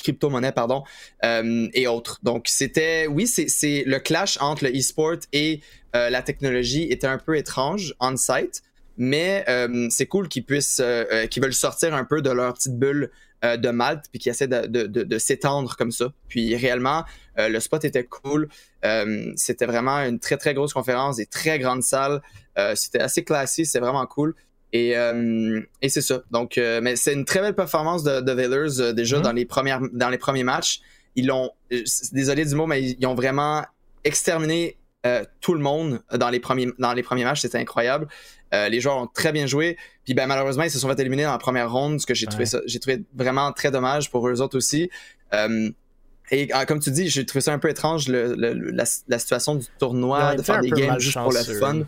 et autres. Donc c'est le clash entre le e-sport et la technologie était un peu étrange on-site, mais c'est cool qu'ils veulent sortir un peu de leur petite bulle de Malte, puis qui essaie de s'étendre comme ça. Puis réellement, le spot était cool. C'était vraiment une très, très grosse conférence, des très grandes salles. C'était assez classique, c'était vraiment cool. Et c'est ça. Donc, mais c'est une très belle performance de Valors déjà dans les premiers matchs. Désolé du mot, mais ils ont vraiment exterminé tout le monde dans les premiers matchs. C'était incroyable. Les joueurs ont très bien joué. Puis malheureusement, ils se sont fait éliminer dans la première ronde, ce que j'ai trouvé vraiment très dommage pour eux autres aussi. Et comme tu dis, j'ai trouvé ça un peu étrange, la situation du tournoi, de faire des games juste pour le fun.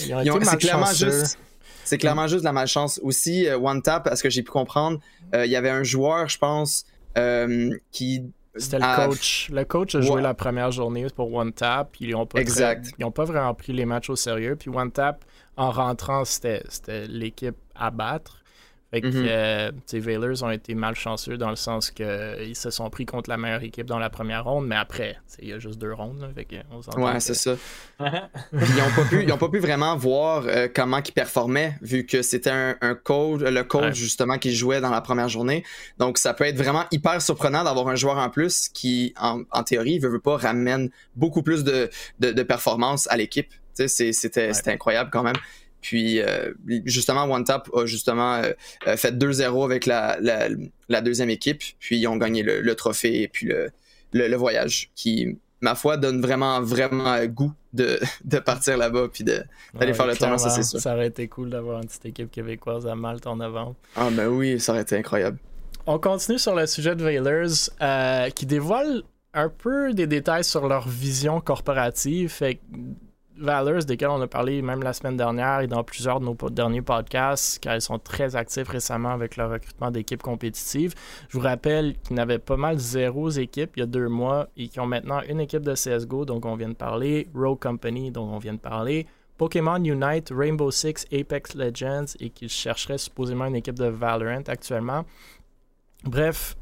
C'est clairement juste de la malchance. Aussi, OneTap, à ce que j'ai pu comprendre, il y avait un joueur, je pense, qui... C'était le coach. Le coach a joué la première journée pour OneTap. Ils n'ont pas vraiment pris les matchs au sérieux. Puis OneTap, en rentrant, c'était l'équipe à battre. Fait que Valors ont été malchanceux dans le sens qu'ils se sont pris contre la meilleure équipe dans la première ronde, mais après, il y a juste 2 rondes. Là, fait que c'est ça. Ils n'ont pas pu vraiment voir comment ils performaient, vu que c'était le coach justement qui jouait dans la première journée. Donc ça peut être vraiment hyper surprenant d'avoir un joueur en plus qui, en théorie, veut pas, ramène beaucoup plus de performance à l'équipe. C'était incroyable quand même. Puis, justement, OneTap a fait 2-0 avec la deuxième équipe. Puis, ils ont gagné le trophée et puis le voyage qui, ma foi, donne vraiment, vraiment goût de partir là-bas puis d'aller faire le tournoi, ça, c'est sûr. Ça aurait été cool d'avoir une petite équipe québécoise à Malte en novembre. Ah, ben oui, ça aurait été incroyable. On continue sur le sujet de Valors qui dévoile un peu des détails sur leur vision corporative. Fait Valors, desquels on a parlé même la semaine dernière et dans plusieurs de nos derniers podcasts, car ils sont très actifs récemment avec le recrutement d'équipes compétitives. Je vous rappelle qu'ils n'avaient pas mal 0 équipes il y a 2 mois et qu'ils ont maintenant une équipe de CSGO dont on vient de parler, Rogue Company dont on vient de parler, Pokémon Unite, Rainbow Six, Apex Legends et qu'ils chercheraient supposément une équipe de Valorant actuellement. Bref,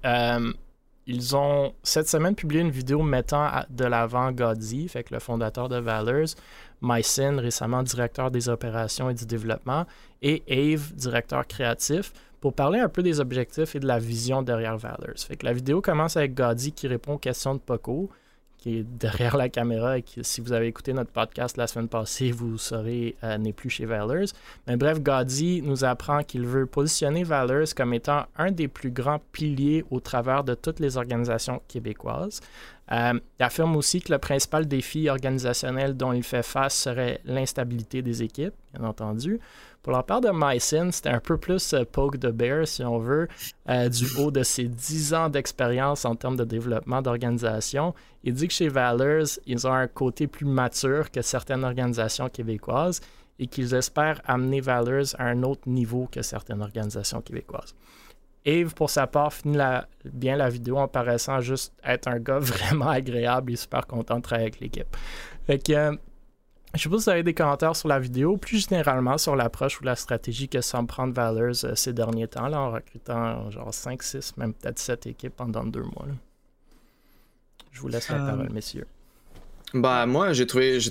ils ont cette semaine publié une vidéo mettant de l'avant Godzy, fait que le fondateur de Valors, Mycin, récemment directeur des opérations et du développement, et Ave, directeur créatif, pour parler un peu des objectifs et de la vision derrière Valors. Fait que la vidéo commence avec Godzy qui répond aux questions de Poco, qui est derrière la caméra et qui, si vous avez écouté notre podcast la semaine passée, vous saurez, n'est plus chez Valors. Mais bref, Godzy nous apprend qu'il veut positionner Valors comme étant un des plus grands piliers au travers de toutes les organisations québécoises. Il affirme aussi que le principal défi organisationnel dont il fait face serait l'instabilité des équipes, bien entendu. Pour la part de Mycin, c'était un peu plus poke the bear, si on veut, du haut de ses 10 ans d'expérience en termes de développement d'organisation. Il dit que chez Valors, ils ont un côté plus mature que certaines organisations québécoises et qu'ils espèrent amener Valors à un autre niveau que certaines organisations québécoises. Ave, pour sa part, finit bien la vidéo en paraissant juste être un gars vraiment agréable et super content de travailler avec l'équipe. Fait que, je sais pas si vous avez des commentaires sur la vidéo, plus généralement sur l'approche ou la stratégie que semble prendre Valors ces derniers temps, là, en recrutant genre 5, 6, même peut-être 7 équipes pendant 2 mois. Là. Je vous laisse la parole, messieurs. Bah moi j'ai trouvé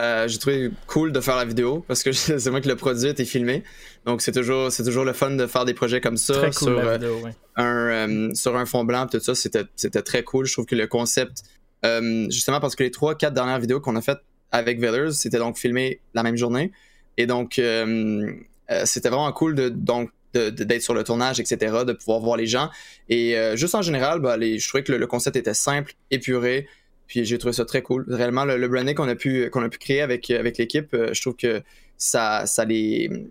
cool de faire la vidéo parce que c'est moi qui le produit et filmé, donc c'est toujours le fun de faire des projets comme ça. Très cool, la vidéo, oui. Sur un fond blanc tout ça, c'était très cool. Je trouve que le concept, justement parce que les 3-4 dernières vidéos qu'on a faites avec Valors, c'était donc filmé la même journée et donc c'était vraiment cool d'être sur le tournage, etc., de pouvoir voir les gens et juste en général, je trouvais que le concept était simple, épuré. Puis j'ai trouvé ça très cool. Réellement, le branding qu'on a pu créer avec l'équipe, je trouve que ça les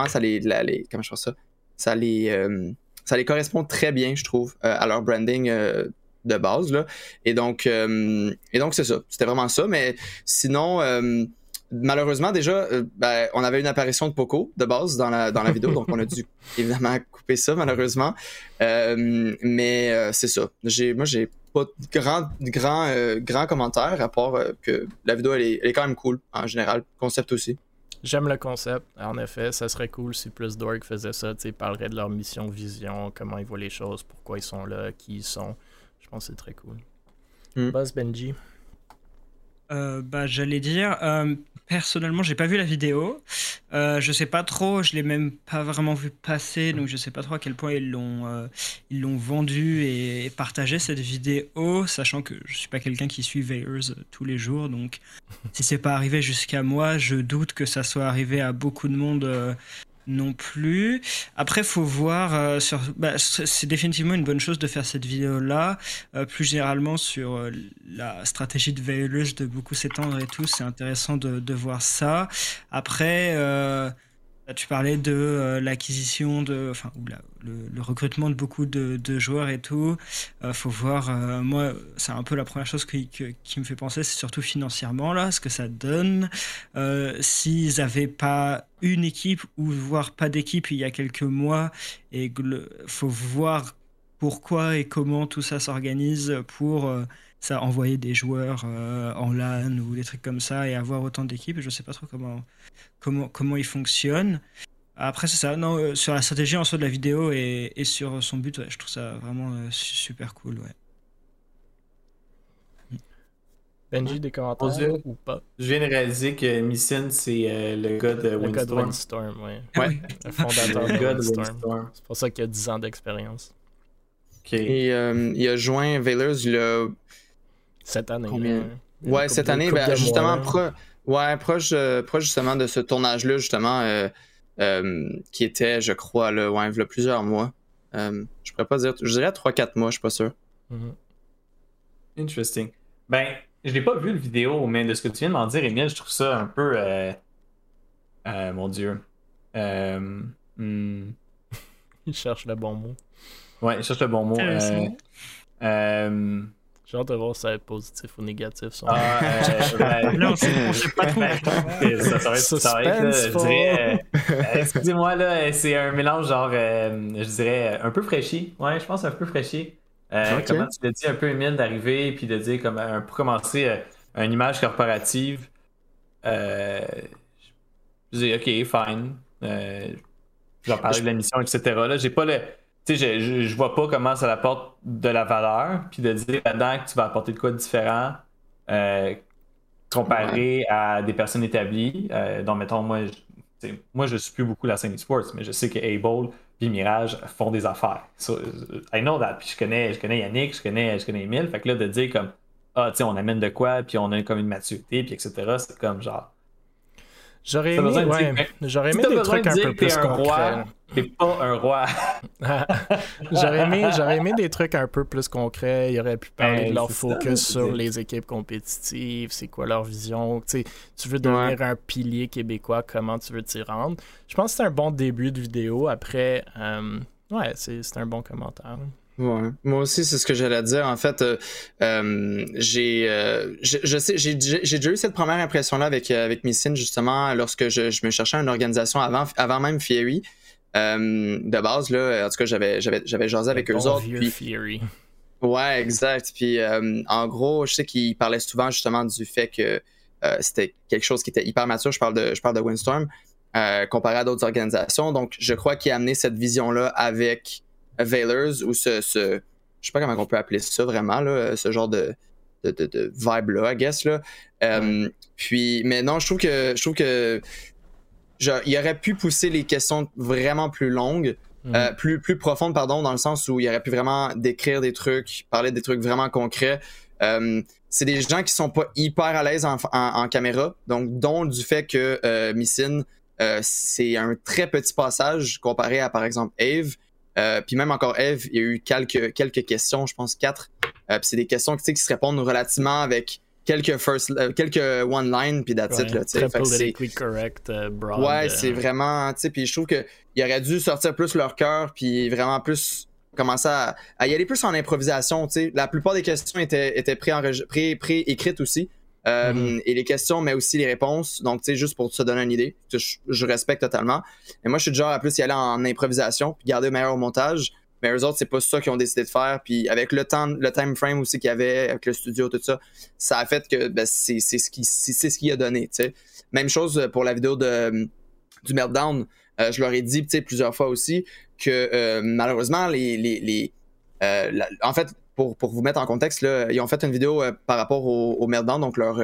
correspond très bien, je trouve, à leur branding de base là. Et donc c'est ça. C'était vraiment ça. Mais sinon, malheureusement déjà, on avait une apparition de Poco de base dans la vidéo, donc on a dû évidemment couper ça malheureusement. Mais c'est ça. Moi j'ai pas de grand commentaire à part que la vidéo elle est quand même cool en général, concept aussi. J'aime le concept, en effet, ça serait cool si plus d'org faisait ça, tu sais, parlerait de leur mission, vision, comment ils voient les choses, pourquoi ils sont là, qui ils sont. Je pense que c'est très cool. Buzz Benji. J'allais dire, personnellement, j'ai pas vu la vidéo. Je sais pas trop, je l'ai même pas vraiment vu passer, donc je sais pas trop à quel point ils l'ont vendu et partagé cette vidéo, sachant que je suis pas quelqu'un qui suit Valors tous les jours, donc si c'est pas arrivé jusqu'à moi, je doute que ça soit arrivé à beaucoup de monde. Non plus. Après, faut voir c'est définitivement une bonne chose de faire cette vidéo-là. Plus généralement sur la stratégie de Valors de beaucoup s'étendre et tout, c'est intéressant de voir ça. Après, tu parlais de l'acquisition le recrutement de beaucoup de joueurs et tout. Faut voir. Moi, c'est un peu la première chose qui me fait penser, c'est surtout financièrement là, ce que ça donne. S'ils avaient pas une équipe ou voire pas d'équipe il y a quelques mois, et faut voir pourquoi et comment tout ça s'organise pour ça envoyer des joueurs en LAN ou des trucs comme ça et avoir autant d'équipes. Je sais pas trop comment il fonctionne. Après c'est ça, non, sur la stratégie en soi de la vidéo et sur son but, je trouve ça vraiment super cool, ouais. Benji, des commentaires ou pas? Je viens de réaliser que Mycin, c'est le gars de Windstorm. Le gars de Windstorm, oui. Ouais. Le fondateur le de gars de Windstorm. Windstorm. C'est pour ça qu'il a 10 ans d'expérience. Ok. Et il a joint Valors Cette année. Combien? Ouais, cette année, justement, proche justement de ce tournage-là, justement, qui était, je crois, là, il y a plusieurs mois. Je pourrais pas dire, je dirais 3-4 mois, je suis pas sûr. Interesting. Ben, je l'ai pas vu le vidéo, mais de ce que tu viens de m'en dire, Emile, je trouve ça un peu. Mon Dieu. Il cherche le bon mot. Ouais, il cherche le bon mot. J'ai hâte de voir si ça va être positif ou négatif. Là, on sait pas trop. Ça va être, je dirais, excusez-moi, là, c'est un mélange genre, je dirais, un peu fraîchi. Ouais, je pense un peu fraîchi. Comment tu l'as dit, un peu humide d'arriver, puis de dire, comme, pour commencer, une image corporative. Je dis, OK, fine. J'en parlais de la mission, etc. Là, j'ai pas le... Tu sais, je vois pas comment ça apporte de la valeur, puis de dire là-dedans que tu vas apporter de quoi de différent comparé à des personnes établies. Donc, mettons, moi, je suis plus beaucoup la scène e-sports, mais je sais que Able puis Mirage font des affaires. So, I know that. Puis je connais Yannick, je connais Emile. Fait que là, de dire comme, tu sais, on amène de quoi, puis on a comme une maturité, puis etc., c'est comme genre... J'aurais aimé des trucs un peu plus concrets. T'es pas un roi. J'aurais aimé des trucs un peu plus concrets. Ils auraient pu parler de leur focus sur les équipes compétitives, c'est quoi leur vision. Tu veux devenir un pilier québécois, comment tu veux t'y rendre. Je pense que c'est un bon début de vidéo. Après, c'est un bon commentaire. Ouais. Moi aussi, c'est ce que j'allais dire. En fait, j'ai déjà eu cette première impression-là avec Missine, justement, lorsque je me cherchais une organisation avant même Fiery. De base, là, en tout cas, j'avais jasé avec eux autres. Puis... Fiery. Ouais, exact. Puis, en gros, je sais qu'ils parlaient souvent, justement, du fait que c'était quelque chose qui était hyper mature. Je parle de Windstorm, comparé à d'autres organisations. Donc, je crois qu'il a amené cette vision-là avec Veilers, ou je sais pas comment on peut appeler ça vraiment, là, ce genre de vibe-là, I guess, là. Puis, mais non, je trouve que genre, il aurait pu pousser les questions vraiment plus longues, plus profondes, pardon, dans le sens où il aurait pu vraiment décrire des trucs, parler des trucs vraiment concrets. C'est des gens qui sont pas hyper à l'aise en caméra, donc dont du fait que Missine, c'est un très petit passage comparé à, par exemple, Eve. Puis même encore Eve, il y a eu quelques questions, je pense 4. Puis c'est des questions qui se répondent relativement avec quelques one-line, puis that's it, là, très politically correct, broad. Ouais, c'est vraiment, tu sais, puis je trouve qu'il aurait dû sortir plus leur cœur, puis vraiment plus commencer à y aller plus en improvisation, tu sais. La plupart des questions étaient pré-écrites aussi. Et les questions, mais aussi les réponses. Donc, tu sais, juste pour te donner une idée, je respecte totalement. Et moi, je suis du genre à plus y aller en improvisation, puis garder le meilleur au montage. Mais eux autres, c'est pas ça qu'ils ont décidé de faire. Puis avec le time frame aussi qu'il y avait, avec le studio, tout ça, ça a fait que c'est ce qui a donné, tu sais. Même chose pour la vidéo du Meltdown. Je leur ai dit, tu sais, plusieurs fois aussi, que malheureusement, en fait, pour vous mettre en contexte, là, ils ont fait une vidéo par rapport au Meltdown, donc leur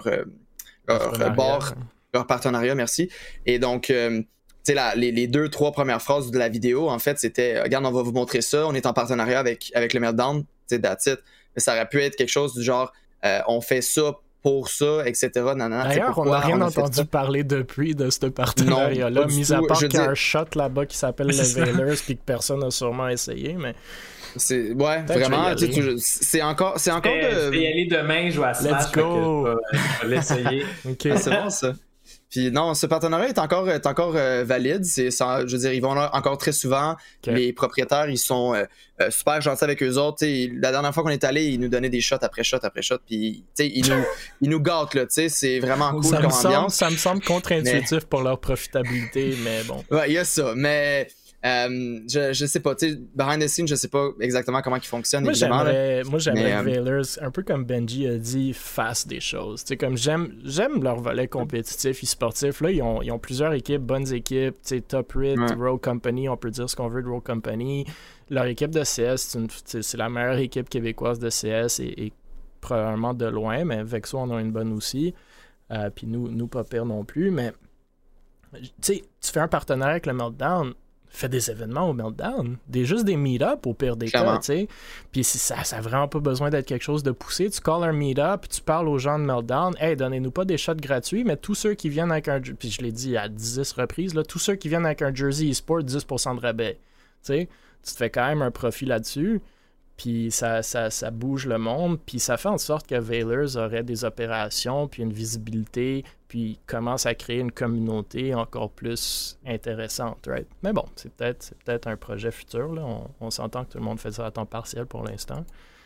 partenariat, merci. Et donc, tu sais, les 2-3 premières phrases de la vidéo, en fait, c'était « Regarde, on va vous montrer ça, on est en partenariat avec le Meltdown, tu sais, that's it. » Mais ça aurait pu être quelque chose du genre « On fait ça pour ça, etc. » D'ailleurs, on n'a rien entendu parler depuis de ce partenariat-là, mis à part qu'il y a un shot là-bas qui s'appelle le Veilers, puis que personne n'a sûrement essayé, mais... C'est vraiment, c'est encore de... Je vais y aller demain, jouer à Smash. Let's go! Je vais l'essayer. OK, c'est bon, ça. Puis non, ce partenariat est encore valide. Je veux dire, ils vont là encore très souvent. Okay. Les propriétaires, ils sont super gentils avec eux autres. T'sais, la dernière fois qu'on est allé, ils nous donnaient des shots après shot après shot. Puis ils nous gâtent, là. C'est vraiment cool comme ambiance. Ça me semble contre-intuitif pour leur profitabilité, mais bon. Ouais, il y a ça. Mais... je sais pas, tu sais, behind the scenes, je sais pas exactement comment ils fonctionnent. Moi, j'aimerais que Veilers, un peu comme Benji a dit, fassent des choses. Tu sais, comme j'aime leur volet compétitif et sportif. Là, ils ont plusieurs équipes, bonnes équipes, tu sais, Top Rit, Rogue Company, on peut dire ce qu'on veut de Rogue Company. Leur équipe de CS, c'est la meilleure équipe québécoise de CS et probablement de loin, mais Vexo en a une bonne aussi. Puis nous, pas pire non plus. Mais, tu sais, tu fais un partenariat avec le Meltdown, fais des événements au Meltdown, juste des meet-up au pire des cas, tu sais. Puis ça a vraiment pas besoin d'être quelque chose de poussé. Tu calls un meet-up, puis tu parles aux gens de Meltdown, hey, donnez-nous pas des shots gratuits, mais tous ceux qui viennent avec un... Puis je l'ai dit à 10 reprises, là, tous ceux qui viennent avec un jersey e-sport, 10% de rabais. Tu sais, tu te fais quand même un profit là-dessus, puis ça bouge le monde, puis ça fait en sorte que Veilers aurait des opérations, puis une visibilité, puis commence à créer une communauté encore plus intéressante, right? Mais bon, c'est peut-être un projet futur, là. On s'entend que tout le monde fait ça à temps partiel pour l'instant.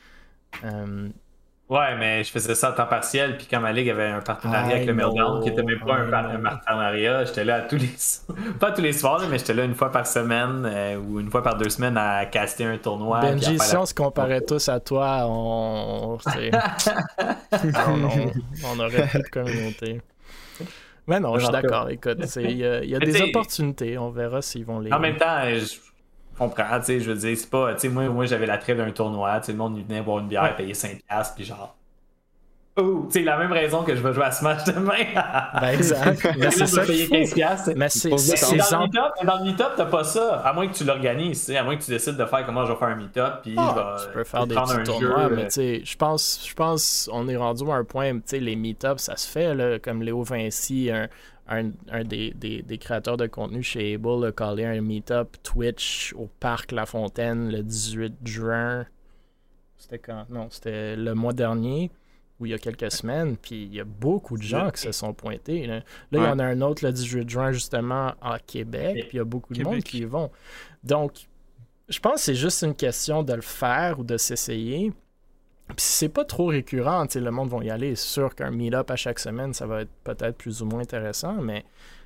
Ouais, mais je faisais ça à temps partiel, puis quand ma ligue avait un partenariat avec le Meltdown, qui était même pas un partenariat, j'étais là pas tous les soirs, là, mais j'étais là une fois par semaine ou une fois par 2 semaines à caster un tournoi. Benji, si on se comparait tous à toi, on aurait plus de communauté. Mais non, je suis d'accord. Écoute, il y a des opportunités. On verra s'ils vont les... En même temps, je comprends, tu sais, je veux dire, c'est pas, tu sais, moi j'avais l'attrait d'un tournoi, tu sais, le monde venait boire une bière, payer 5$, puis genre, oh, tu sais, la même raison que je vais jouer à Smash demain. Ben exact. Mais c'est ça payer 15$. Mais c'est dans le meet-up, t'as pas ça, à moins que tu l'organises, tu sais, à moins que tu décides de faire comment je vais faire un meet-up, puis tu peux faire des petits tournois, mais tu sais, je pense on est rendu à un point, tu sais, les meet-ups, ça se fait, là, comme Léo Vinci, un des créateurs de contenu chez Able a callé un meet-up Twitch au parc La Fontaine le 18 juin. C'était quand? Non, c'était le mois dernier, ou il y a quelques semaines, puis il y a beaucoup de gens qui se sont pointés. Là, il y en a un autre le 18 juin, justement, à Québec, puis il y a beaucoup de monde qui y vont. Donc, je pense que c'est juste une question de le faire ou de s'essayer. Puis si c'est pas trop récurrent, le monde va y aller. C'est sûr qu'un meet-up à chaque semaine, ça va être peut-être plus ou moins intéressant, mais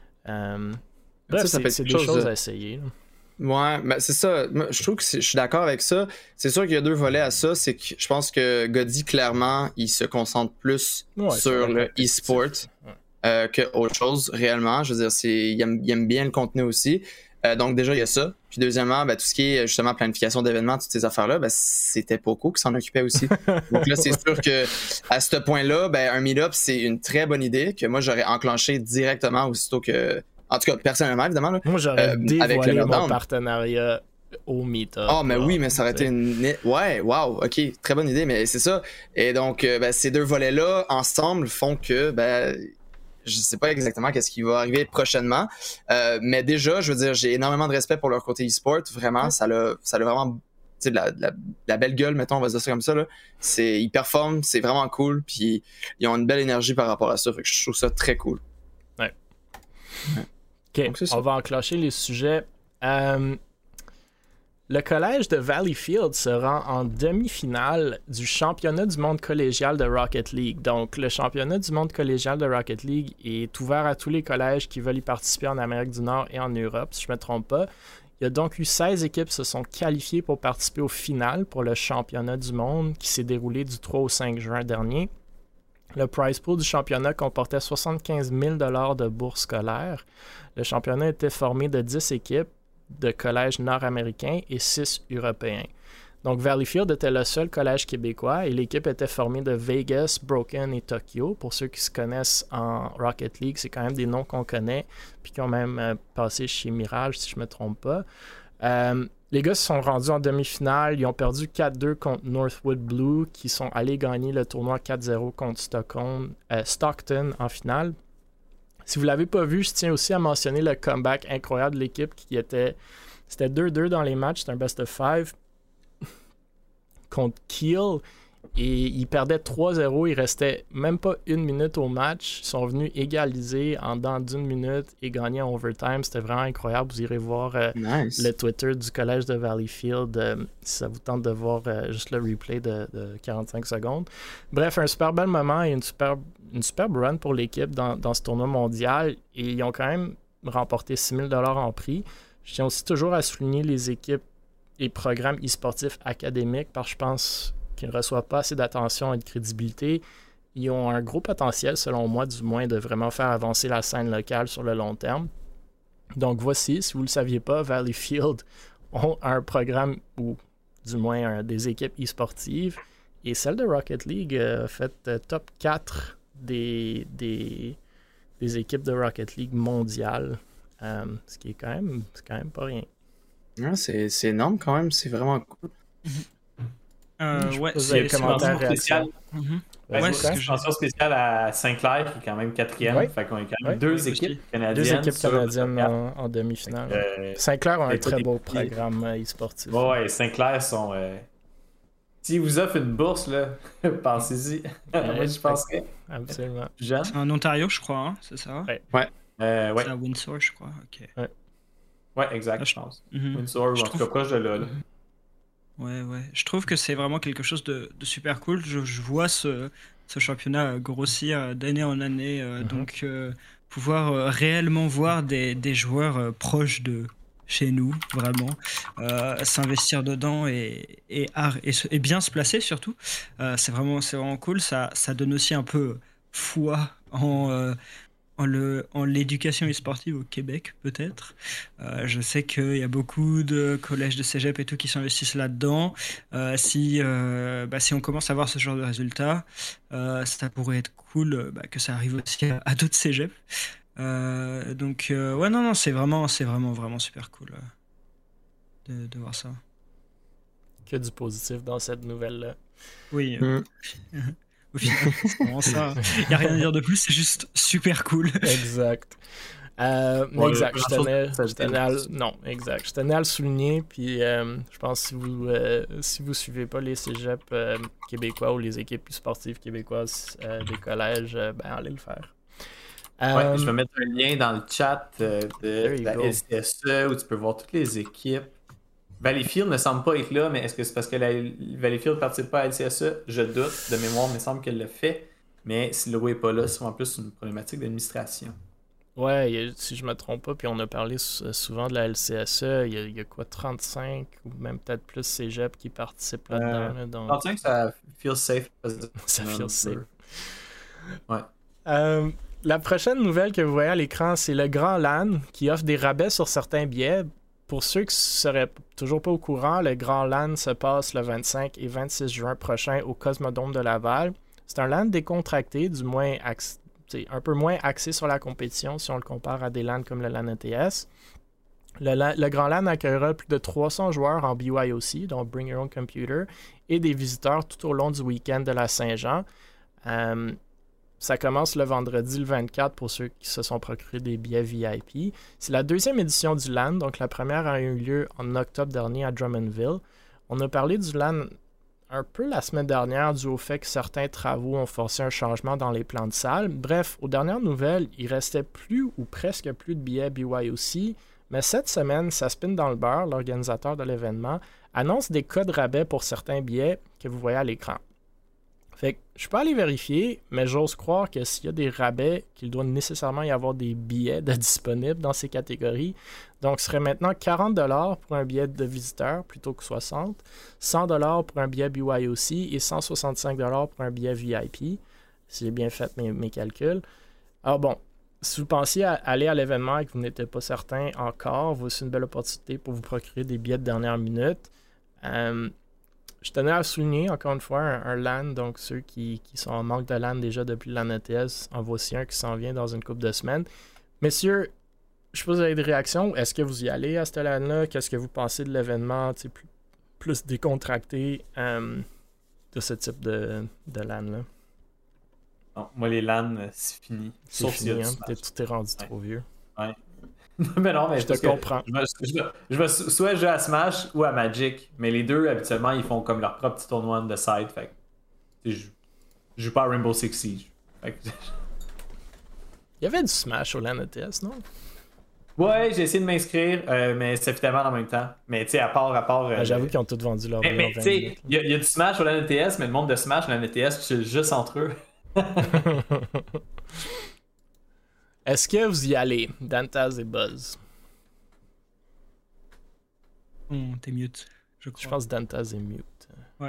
bref, c'est des choses à essayer. Ouais, mais c'est ça. Je trouve que je suis d'accord avec ça. C'est sûr qu'il y a 2 volets à ça. C'est que je pense que Goddy, clairement, il se concentre plus sur le e-sport que autre chose, réellement. Je veux dire, il aime bien le contenu aussi. Donc déjà, il y a ça. Puis deuxièmement, tout ce qui est justement planification d'événements, toutes ces affaires-là, c'était Poco qui s'en occupait aussi. Donc là, c'est sûr que à ce point-là, un meet-up, c'est une très bonne idée que moi, j'aurais enclenché directement aussitôt que... En tout cas, personnellement, évidemment. Là, moi, j'aurais dévoilé mon partenariat au meet-up. Ah, mais oui, mais ça aurait été une... Ouais, wow, OK, très bonne idée, mais c'est ça. Et donc, ces 2 volets-là, ensemble, font que... je sais pas exactement qu'est-ce qui va arriver prochainement, mais déjà, je veux dire, j'ai énormément de respect pour leur côté e-sport. Vraiment, ça l'a vraiment, tu sais, la belle gueule, mettons, on va se dire ça comme ça. Là. Ils performent, c'est vraiment cool, puis ils ont une belle énergie par rapport à ça. Fait que je trouve ça très cool. Ouais. OK, on va enclencher les sujets. Le collège de Valleyfield se rend en demi-finale du championnat du monde collégial de Rocket League. Donc, le championnat du monde collégial de Rocket League est ouvert à tous les collèges qui veulent y participer en Amérique du Nord et en Europe, si je ne me trompe pas. Il y a donc eu 16 équipes qui se sont qualifiées pour participer au final pour le championnat du monde qui s'est déroulé du 3 au 5 juin dernier. Le prize pool du championnat comportait 75 000 $ de bourse scolaire. Le championnat était formé de 10 équipes de collèges nord-américains et 6 européens. Donc, Valleyfield était le seul collège québécois et l'équipe était formée de Vegas, Broken et Tokyo. Pour ceux qui se connaissent en Rocket League, c'est quand même des noms qu'on connaît puis qui ont même passé chez Mirage, si je ne me trompe pas. Les gars se sont rendus en demi-finale. Ils ont perdu 4-2 contre Northwood Blue, qui sont allés gagner le tournoi 4-0 contre Stockton en finale. Si vous ne l'avez pas vu, je tiens aussi à mentionner le comeback incroyable de l'équipe c'était 2-2 dans les matchs, c'était un best of 5 contre Kiel. Et ils perdaient 3-0, il restait même pas 1 minute au match. Ils sont venus égaliser en dedans d'1 minute et gagner en overtime. C'était vraiment incroyable. Vous irez voir le Twitter du collège de Valleyfield si ça vous tente de voir juste le replay de 45 secondes. Bref, un super bel moment et une superbe run pour l'équipe dans ce tournoi mondial. Et ils ont quand même remporté 6 000 $ en prix. Je tiens aussi toujours à souligner les équipes et programmes e-sportifs académiques parce que je pense qu'ils ne reçoivent pas assez d'attention et de crédibilité. Ils ont un gros potentiel, selon moi, du moins, de vraiment faire avancer la scène locale sur le long terme. Donc voici, si vous ne le saviez pas, Valleyfield ont un programme, ou du moins des équipes e-sportives, et celle de Rocket League a fait top 4 des équipes de Rocket League mondiales, ce qui est quand même pas rien. Ouais, c'est énorme quand même, c'est vraiment cool. Ouais, c'est une mention spéciale. Mention spéciale à Saint-Clair qui est quand même 4e. Ouais. Fait qu'on est quand même 2 équipes canadiennes. 2 équipes canadiennes en demi-finale. Saint-Clair a un très beau programme e-sportif. Ouais, Saint-Clair sont. S'ils vous offrent une bourse, là, pensez-y. Moi, je pense que. Absolument. C'est en Ontario, je crois, hein, c'est ça? Ouais. C'est à Windsor, je crois. Ok. Ouais, exact, je pense. Windsor, ou en tout cas proche de là. Ouais. Je trouve que c'est vraiment quelque chose de super cool. Je vois ce championnat grossir d'année en année. Donc, pouvoir réellement voir des joueurs proches de chez nous, vraiment, s'investir dedans et bien se placer surtout. C'est vraiment cool. Ça donne aussi un peu foi en l'éducation e-sportive au Québec, peut-être. Je sais qu'il y a beaucoup de collèges de cégep et tout qui s'investissent là-dedans. Si on commence à voir ce genre de résultats, ça pourrait être cool que ça arrive aussi à d'autres cégeps. Donc, non, c'est vraiment super cool de voir ça. Que du positif dans cette nouvelle-là. Oui. Au final, c'est vraiment ça. Il n'y a rien à dire de plus, c'est juste super cool. Exact. Exact. Je tenais à le souligner. Puis je pense que si vous suivez pas les cégeps québécois ou les équipes sportives québécoises des collèges, allez le faire. Je vais mettre un lien dans le chat de la LCSE où tu peux voir toutes les équipes. Valleyfield ne semble pas être là, mais est-ce que c'est parce que Valleyfield ne participe pas à LCSE? Je doute. De mémoire, il me semble qu'elle le fait. Mais si le logo n'est pas là, c'est en plus une problématique d'administration. Ouais, si je me trompe pas, puis on a parlé souvent de la LCSE, il y a quoi, 35 ou même peut-être plus cégep qui participent là-dedans. Là, donc... 35, ça feels safe. Ça feels safe. Ouais. La prochaine nouvelle que vous voyez à l'écran, c'est le Grand LAN qui offre des rabais sur certains billets. Pour ceux qui ne seraient toujours pas au courant, le Grand LAN se passe le 25 et 26 juin prochain au Cosmodome de Laval. C'est un LAN décontracté, du moins un peu moins axé sur la compétition si on le compare à des LAN comme le LAN ETS. Le Grand LAN accueillera plus de 300 joueurs en BYOC, donc Bring Your Own Computer, et des visiteurs tout au long du week-end de la Saint-Jean. Ça commence le vendredi le 24 pour ceux qui se sont procurés des billets VIP. C'est la deuxième édition du LAN, donc la première a eu lieu en octobre dernier à Drummondville. On a parlé du LAN un peu la semaine dernière dû au fait que certains travaux ont forcé un changement dans les plans de salle. Bref, aux dernières nouvelles, il restait plus ou presque plus de billets BYOC, mais cette semaine, ça spin dans le beurre, l'organisateur de l'événement annonce des codes rabais pour certains billets que vous voyez à l'écran. Fait que je peux aller vérifier, mais j'ose croire que s'il y a des rabais, qu'il doit nécessairement y avoir des billets de disponibles dans ces catégories. Donc, ce serait maintenant 40$ pour un billet de visiteur plutôt que 60$, 100$ pour un billet BYOC et 165$ pour un billet VIP, si j'ai bien fait mes calculs. Alors bon, si vous pensiez aller à l'événement et que vous n'étiez pas certain encore, voici une belle opportunité pour vous procurer des billets de dernière minute. Je tenais à souligner, encore une fois, un LAN, donc ceux qui sont en manque de LAN déjà depuis le LAN ETS, en voici un qui s'en vient dans une couple de semaines. Messieurs, je sais pas si vous avez des réactions. Est-ce que vous y allez à ce LAN-là? Qu'est-ce que vous pensez de l'événement plus décontracté de ce type de LAN-là? Non, moi, les LAN, c'est fini. C'est fini, hein? Tout est rendu trop vieux. Ouais. Mais non, mais je te comprends. Je vais soit jouer à Smash ou à Magic, mais les deux, habituellement, ils font comme leur propre petit tournoi de side. Fait que je joue pas à Rainbow Six Siege. Fait que... Il y avait du Smash au LAN ETS, non? Ouais, j'ai essayé de m'inscrire, mais c'est finalement en même temps. Mais tu sais, à part j'avoue qu'ils ont tous vendu leur mais tu sais, il y a du Smash au LAN ETS, mais le monde de Smash, LAN ETS, c'est juste entre eux. Est-ce que vous y allez, Dantaz et Buzz? T'es mute, je crois. Je pense que Dantaz est mute. Ouais.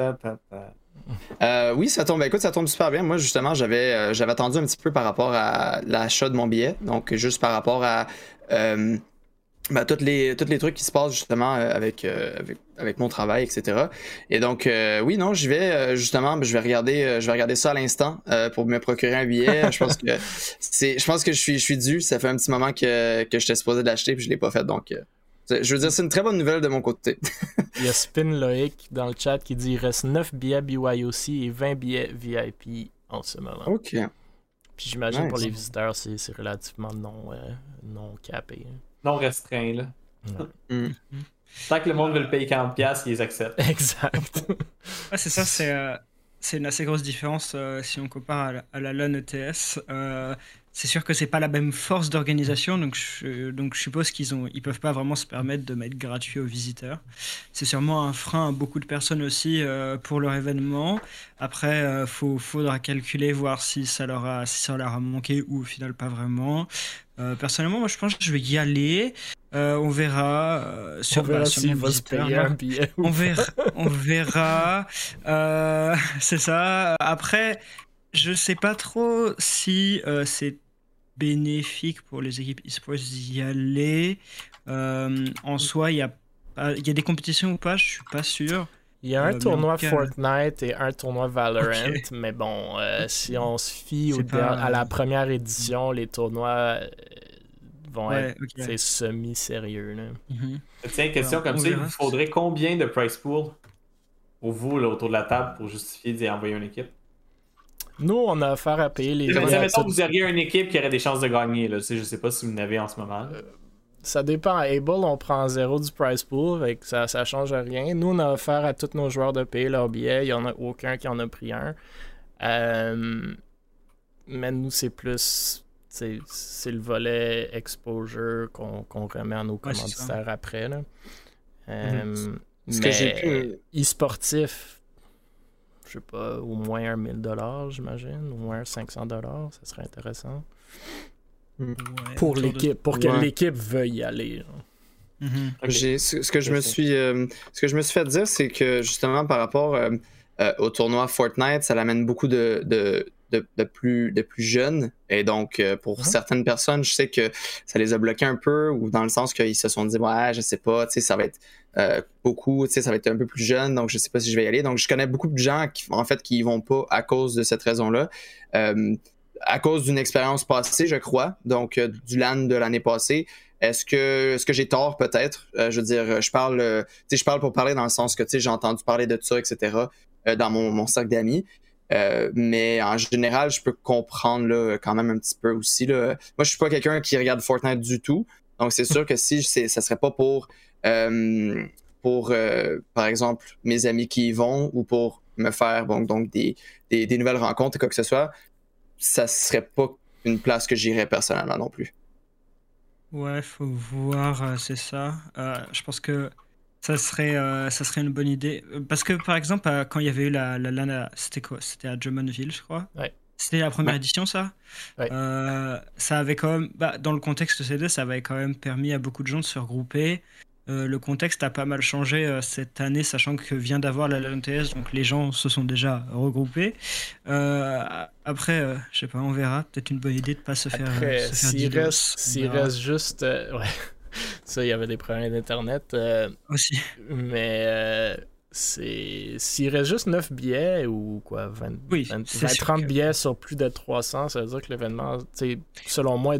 Oui, ça tombe. Écoute, ça tombe super bien. Moi, justement, j'avais attendu un petit peu par rapport à l'achat de mon billet. Donc, juste par rapport à tous les trucs qui se passent justement avec mon travail, etc. Et donc, oui, non, j'y vais justement. Je vais regarder ça à l'instant pour me procurer un billet. Je pense que je suis dû. Ça fait un petit moment que j'étais supposé de l'acheter puis je l'ai pas fait. Donc, je veux dire, c'est une très bonne nouvelle de mon côté. Il y a Spin Loïc dans le chat qui dit il reste 9 billets BYOC et 20 billets VIP en ce moment. OK. Puis j'imagine pour les visiteurs, c'est relativement non capé. Non restreint, là. Ouais. Tant que le monde veut le payer 40$, ils les acceptent. Exact. Ouais, c'est ça, c'est une assez grosse différence si on compare à la LAN ETS. c'est sûr que c'est pas la même force d'organisation, donc je suppose ils peuvent pas vraiment se permettre de mettre gratuit aux visiteurs. C'est sûrement un frein à beaucoup de personnes aussi pour leur événement. Après, faudra calculer, voir si ça leur a manqué ou au final pas vraiment. Personnellement, moi je pense que je vais y aller. On verra s'il va se payer un billet. On verra. C'est ça. Après, je sais pas trop si c'est bénéfique pour les équipes e-sports d'y aller. En soi, il y a des compétitions ou pas, je suis pas sûr. Il y a un tournoi Fortnite et un tournoi Valorant, mais bon, si on se fie à la première édition, les tournois vont être semi-sérieux. Tiens, question comme ça, il vous faudrait combien de prize pool pour vous là, autour de la table pour justifier d'y envoyer une équipe? Nous, on a affaire à payer les gens. Mettons que vous auriez une équipe qui aurait des chances de gagner. Là. Je sais pas si vous en avez en ce moment. Ça dépend. À Able, on prend 0 du prize pool, avec ça change rien. Nous, on a affaire à tous nos joueurs de payer leur billet. Il n'y en a aucun qui en a pris un. Mais nous, c'est plus... C'est le volet exposure qu'on remet à nos commanditaires après. Là. Mais e-sportif... Je sais pas, au moins $1,000, j'imagine, au moins $500, ça serait intéressant. Pour l'équipe, pour que l'équipe veuille y aller. Ce que je me suis fait dire, c'est que justement par rapport au tournoi Fortnite, ça l'amène beaucoup de plus jeunes. Et donc, pour certaines personnes, je sais que ça les a bloqués un peu, ou dans le sens qu'ils se sont dit, ouais, je sais pas, tu sais, ça va être beaucoup, tu sais, ça va être un peu plus jeune, donc je sais pas si je vais y aller. Donc, je connais beaucoup de gens qui y vont pas à cause de cette raison-là. À cause d'une expérience passée, je crois, donc du LAN de l'année passée. Est-ce que j'ai tort, peut-être? Je veux dire, je parle pour parler dans le sens que, tu sais, j'ai entendu parler de ça, etc., dans mon cercle d'amis. Mais en général, je peux comprendre là, quand même un petit peu aussi. Là. Moi, je suis pas quelqu'un qui regarde Fortnite du tout. Donc, c'est sûr que si ça serait pas pour par exemple, mes amis qui y vont ou pour me faire donc des nouvelles rencontres et quoi que ce soit, ça serait pas une place que j'irais personnellement non plus. Ouais, faut voir, c'est ça. Je pense que ça serait une bonne idée. Parce que, par exemple, quand il y avait eu la LAN, c'était quoi? C'était à Drummondville, je crois. Ouais. C'était la première édition, ça? Ouais. Ça avait quand même... dans le contexte C2, ça avait quand même permis à beaucoup de gens de se regrouper. Le contexte a pas mal changé cette année, sachant que vient d'avoir la LAN TS, donc les gens se sont déjà regroupés. Après, je sais pas, on verra. Peut-être une bonne idée de pas se faire... S'il reste juste... ouais. Ça, il y avait des problèmes d'internet. Aussi. Mais s'il reste juste 9 billets ou quoi, 30 billets sur plus de 300, ça veut dire que l'événement, selon moi,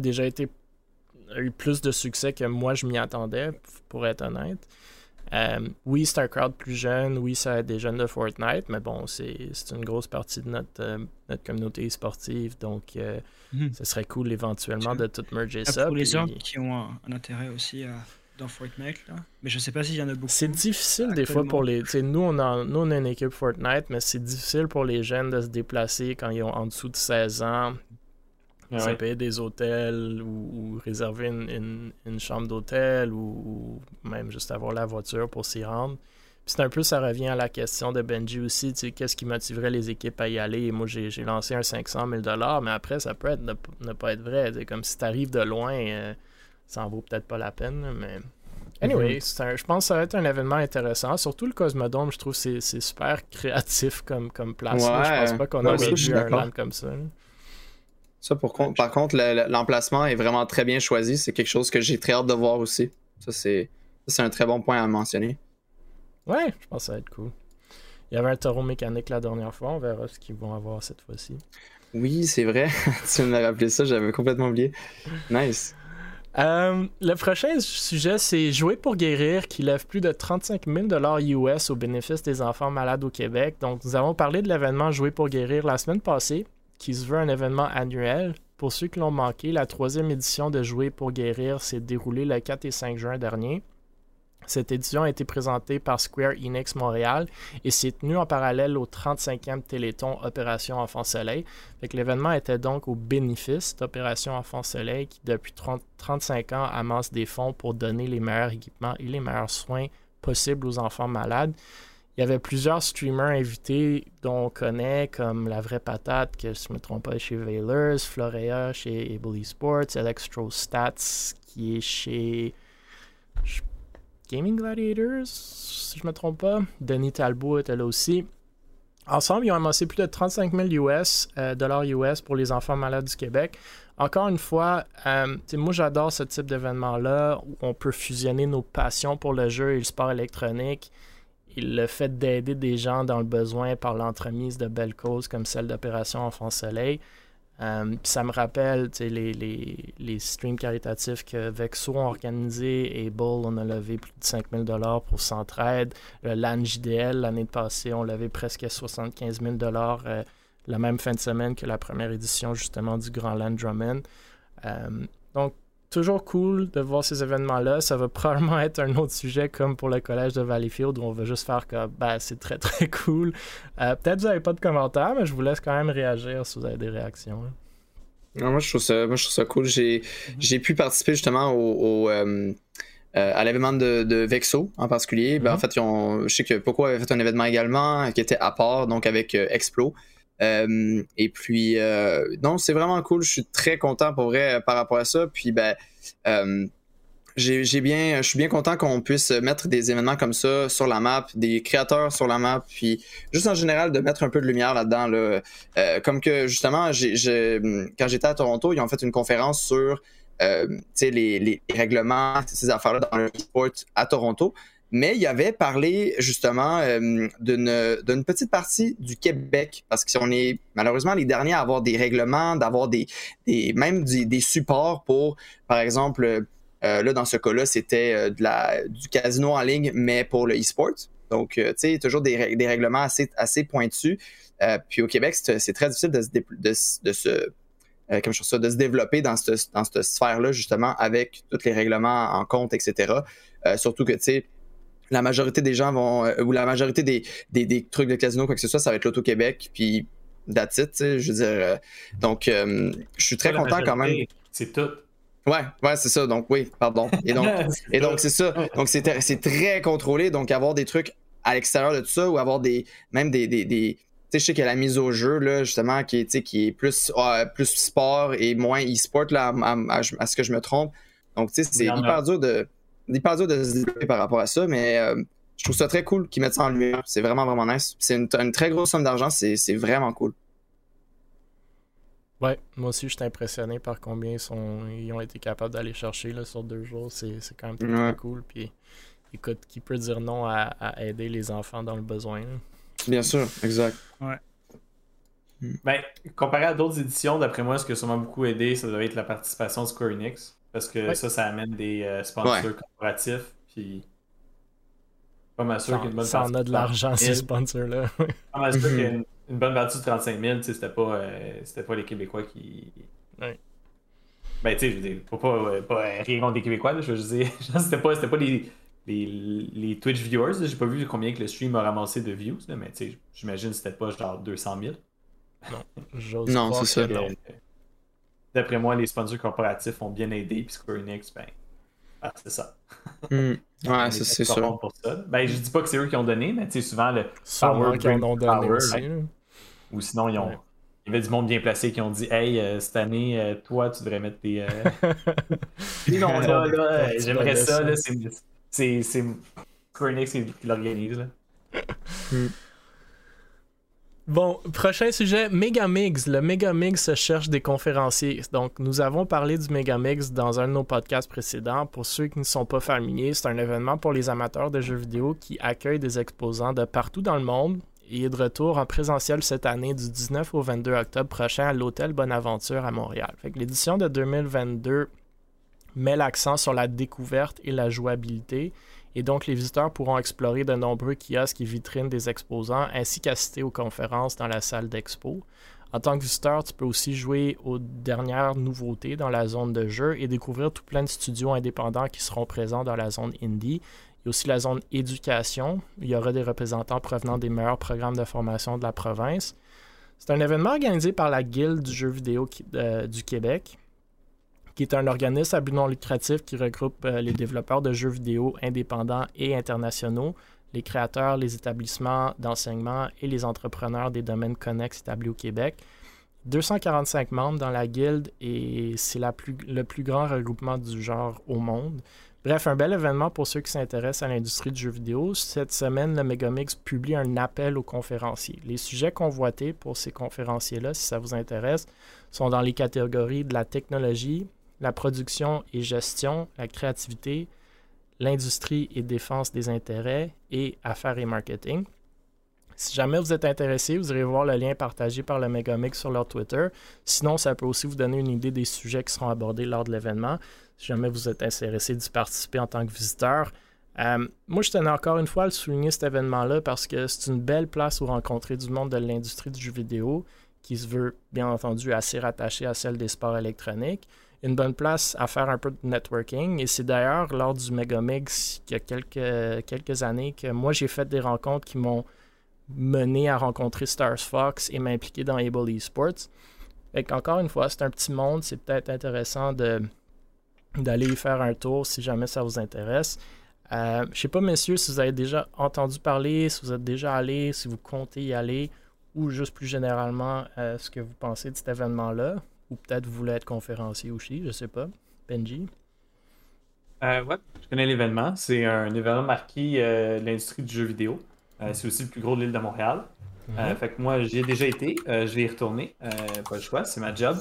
a eu plus de succès que moi je m'y attendais, pour être honnête. Oui, c'est un crowd plus jeune, oui, ça a des jeunes de Fortnite, mais bon, c'est une grosse partie de notre communauté sportive, donc ce serait cool éventuellement de tout merger ça. Pour les gens qui ont un intérêt aussi dans Fortnite, là. Mais je sais pas s'il y en a beaucoup. C'est difficile des fois pour les... Nous, on a une équipe Fortnite, mais c'est difficile pour les jeunes de se déplacer quand ils ont en dessous de 16 ans. Ça payer des hôtels ou réserver une chambre d'hôtel ou même juste avoir la voiture pour s'y rendre. Puis c'est un peu, ça revient à la question de Benji aussi, qu'est-ce qui motiverait les équipes à y aller? Et moi, j'ai lancé un 500 000 $, mais après, ça peut être ne pas être vrai. Comme si t'arrives de loin, ça en vaut peut-être pas la peine, mais... Anyway, je pense que ça va être un événement intéressant. Surtout le Cosmodome, je trouve que c'est super créatif comme place. Ouais. Je pense pas qu'on aurait vu un land comme ça. Ça, par contre, l'emplacement est vraiment très bien choisi. C'est quelque chose que j'ai très hâte de voir aussi. Ça, c'est un très bon point à mentionner. Ouais, je pense que ça va être cool. Il y avait un taureau mécanique la dernière fois. On verra ce qu'ils vont avoir cette fois-ci. Oui, c'est vrai. Tu m'as rappelé ça, j'avais complètement oublié. Nice. Le prochain sujet, c'est Jouer pour guérir, qui lève plus de 35 000 $ US au bénéfice des enfants malades au Québec. Donc, nous avons parlé de l'événement Jouer pour guérir la semaine passée, qui se veut un événement annuel. Pour ceux qui l'ont manqué, la 3e édition de Jouer pour guérir s'est déroulée le 4 et 5 juin dernier. Cette édition a été présentée par Square Enix Montréal et s'est tenue en parallèle au 35e Téléthon Opération Enfant Soleil. Fait que l'événement était donc au bénéfice d'Opération Enfant Soleil qui, depuis 35 ans, amasse des fonds pour donner les meilleurs équipements et les meilleurs soins possibles aux enfants malades. Il y avait plusieurs streamers invités dont on connaît, comme La Vraie Patate, que je ne me trompe pas, chez Veilers, Florea chez Able Esports, Electrostats, qui est chez Gaming Gladiators, si je ne me trompe pas. Denis Talbot était là aussi. Ensemble, ils ont amassé plus de 35 000 dollars US pour les enfants malades du Québec. Encore une fois, moi j'adore ce type d'événement-là où on peut fusionner nos passions pour le jeu et le sport électronique. Et le fait d'aider des gens dans le besoin par l'entremise de belles causes comme celle d'Opération Enfant Soleil. Ça me rappelle les streams caritatifs que Vexo ont organisé. Able, on a levé plus de 5 000 $ pour Centraide. Le LAN JDL, l'année passée, on levé presque 75 000 $ la même fin de semaine que la première édition justement du Grand LAN Drummond. Donc, toujours cool de voir ces événements-là. Ça va probablement être un autre sujet comme pour le collège de Valleyfield où on va juste faire que c'est très très cool. Peut-être que vous n'avez pas de commentaires, mais je vous laisse quand même réagir si vous avez des réactions. Non, moi, je trouve ça cool. J'ai pu participer justement à l'événement de Vexo en particulier. En fait, je sais que Poco avait fait un événement également qui était à part, donc avec Explo. Et puis non, c'est vraiment cool. Je suis très content pour vrai par rapport à ça. Puis je suis bien content qu'on puisse mettre des événements comme ça sur la map, des créateurs sur la map, puis juste en général de mettre un peu de lumière là-dedans. Comme que justement, quand j'étais à Toronto, ils ont fait une conférence sur les règlements, ces affaires-là dans le e-sport à Toronto. Mais il avait parlé justement d'une petite partie du Québec, parce qu'on est malheureusement les derniers à avoir des règlements, d'avoir même des supports pour, par exemple, là dans ce cas-là, c'était du casino en ligne, mais pour le e-sport. Donc, tu sais, toujours des règlements assez pointus. Puis au Québec, c'est très difficile de se développer dans cette sphère-là, justement, avec tous les règlements en compte, etc. Surtout que, tu sais, la majorité des gens ou la majorité des trucs de casino, quoi que ce soit, ça va être l'Auto-Québec, puis that's it, tu sais, je veux dire. Donc, je suis très content quand même. C'est tout. Ouais, c'est ça. Donc, oui, pardon. Et donc c'est ça. Donc, c'est très contrôlé. Donc, avoir des trucs à l'extérieur de tout ça ou avoir tu sais, je sais qu'il y a la mise au jeu, là, justement, qui est plus sport et moins e-sport, là, à ce que je me trompe. Donc, tu sais, c'est hyper dur de se développer par rapport à ça, mais je trouve ça très cool qu'ils mettent ça en lumière. C'est vraiment, vraiment nice. C'est une très grosse somme d'argent. C'est vraiment cool. Ouais, moi aussi, je suis impressionné par combien ils ont été capables d'aller chercher là, sur 2 jours. C'est quand même très cool. Puis, écoute, qui peut dire non à aider les enfants dans le besoin? Là? Bien sûr, exact. Ouais. Ben, comparé à d'autres éditions, d'après moi, ce qui a sûrement beaucoup aidé, ça devait être la participation de Square Enix. Parce que ça amène des sponsors corporatifs. Puis, pas mal sûr qu'il y a une bonne partie. Ça en a de l'argent, ces sponsors-là. Pas mal sûr qu'il y a une bonne partie de 35 000, c'était pas les Québécois qui. Ouais. Ben, tu sais, je veux dire, pas rien contre des Québécois, là, je veux dire, c'était pas les Twitch viewers, là, j'ai pas vu combien que le stream a ramassé de views, là, mais tu sais, j'imagine que c'était pas genre 200 000. Non, c'est ça. D'après moi, les sponsors corporatifs ont bien aidé, puis Square Enix, c'est ça. Ouais, c'est sûr. Pour ça. Ben, je dis pas que c'est eux qui ont donné, mais tu sais, souvent, le power qui en ont donné aussi. Ou sinon, il y avait du monde bien placé qui ont dit « Hey, cette année, toi, tu devrais mettre tes... non, là, j'aimerais ça, là, c'est Square Enix qui l'organise, là. Bon, prochain sujet, Megamix. Le Megamix se cherche des conférenciers. Donc, nous avons parlé du Megamix dans un de nos podcasts précédents. Pour ceux qui ne sont pas familiers, c'est un événement pour les amateurs de jeux vidéo qui accueille des exposants de partout dans le monde et est de retour en présentiel cette année du 19 au 22 octobre prochain à l'Hôtel Bonaventure à Montréal. Fait que l'édition de 2022 met l'accent sur la découverte et la jouabilité. Et donc, les visiteurs pourront explorer de nombreux kiosques et vitrines des exposants, ainsi qu'assister aux conférences dans la salle d'expo. En tant que visiteur, tu peux aussi jouer aux dernières nouveautés dans la zone de jeu et découvrir tout plein de studios indépendants qui seront présents dans la zone indie. Il y a aussi la zone éducation. Il y aura des représentants provenant des meilleurs programmes de formation de la province. C'est un événement organisé par la Guilde du jeu vidéo du Québec, qui est un organisme à but non lucratif qui regroupe les développeurs de jeux vidéo indépendants et internationaux, les créateurs, les établissements d'enseignement et les entrepreneurs des domaines connexes établis au Québec. 245 membres dans la Guilde et c'est le plus grand regroupement du genre au monde. Bref, un bel événement pour ceux qui s'intéressent à l'industrie du jeu vidéo. Cette semaine, le Megamix publie un appel aux conférenciers. Les sujets convoités pour ces conférenciers-là, si ça vous intéresse, sont dans les catégories de la technologie, la production et gestion, la créativité, l'industrie et défense des intérêts et affaires et marketing. Si jamais vous êtes intéressé, vous irez voir le lien partagé par le Megamix sur leur Twitter. Sinon, ça peut aussi vous donner une idée des sujets qui seront abordés lors de l'événement. Si jamais vous êtes intéressé d'y participer en tant que visiteur. Moi, je tenais encore une fois à le souligner cet événement-là parce que c'est une belle place où rencontrer du monde de l'industrie du jeu vidéo qui se veut, bien entendu, assez rattaché à celle des sports électroniques. Une bonne place à faire un peu de networking. Et c'est d'ailleurs lors du Megamix, il y a quelques années, que moi, j'ai fait des rencontres qui m'ont mené à rencontrer Stars Fox et m'impliquer dans Able Esports. Encore une fois, c'est un petit monde, c'est peut-être intéressant d'aller y faire un tour si jamais ça vous intéresse. Je sais pas, messieurs, si vous avez déjà entendu parler, si vous êtes déjà allé, si vous comptez y aller, ou juste plus généralement ce que vous pensez de cet événement-là, ou peut-être vous voulez être conférencier aussi, je sais pas. Benji? Ouais, je connais l'événement. C'est un événement marqué de l'industrie du jeu vidéo. C'est aussi le plus gros de l'île de Montréal. Fait que moi, j'y ai déjà été. Je vais y retourner. Pas le choix, c'est ma job.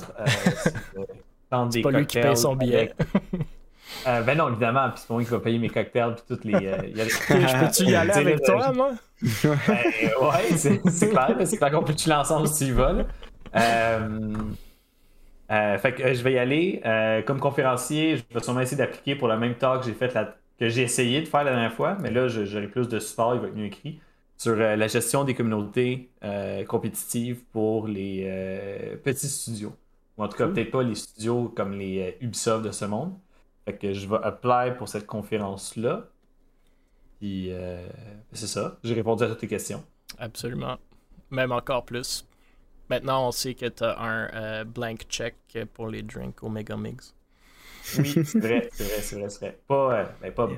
C'est pas lui qui paye son billet. Ben non, évidemment. Puis c'est pas moi qui va payer mes cocktails. Puis toutes les. Je peux-tu y aller avec toi, moi? Ouais, c'est clair. C'est clair qu'on peut tuer l'ensemble si tu y vas. Fait que je vais y aller comme conférencier. Je vais sûrement essayer d'appliquer pour le même talk que j'ai essayé de faire la dernière fois, mais là j'aurai plus de support, il va être mieux écrit sur la gestion des communautés compétitives pour les petits studios, ou en tout cas peut-être pas les studios comme les Ubisoft de ce monde. Fait que je vais apply pour cette conférence-là. Puis c'est ça, j'ai répondu à toutes tes questions. Absolument, même encore plus. Maintenant, on sait que tu as un blank check pour les drinks au Megamix. Oui, c'est vrai. Pas blank.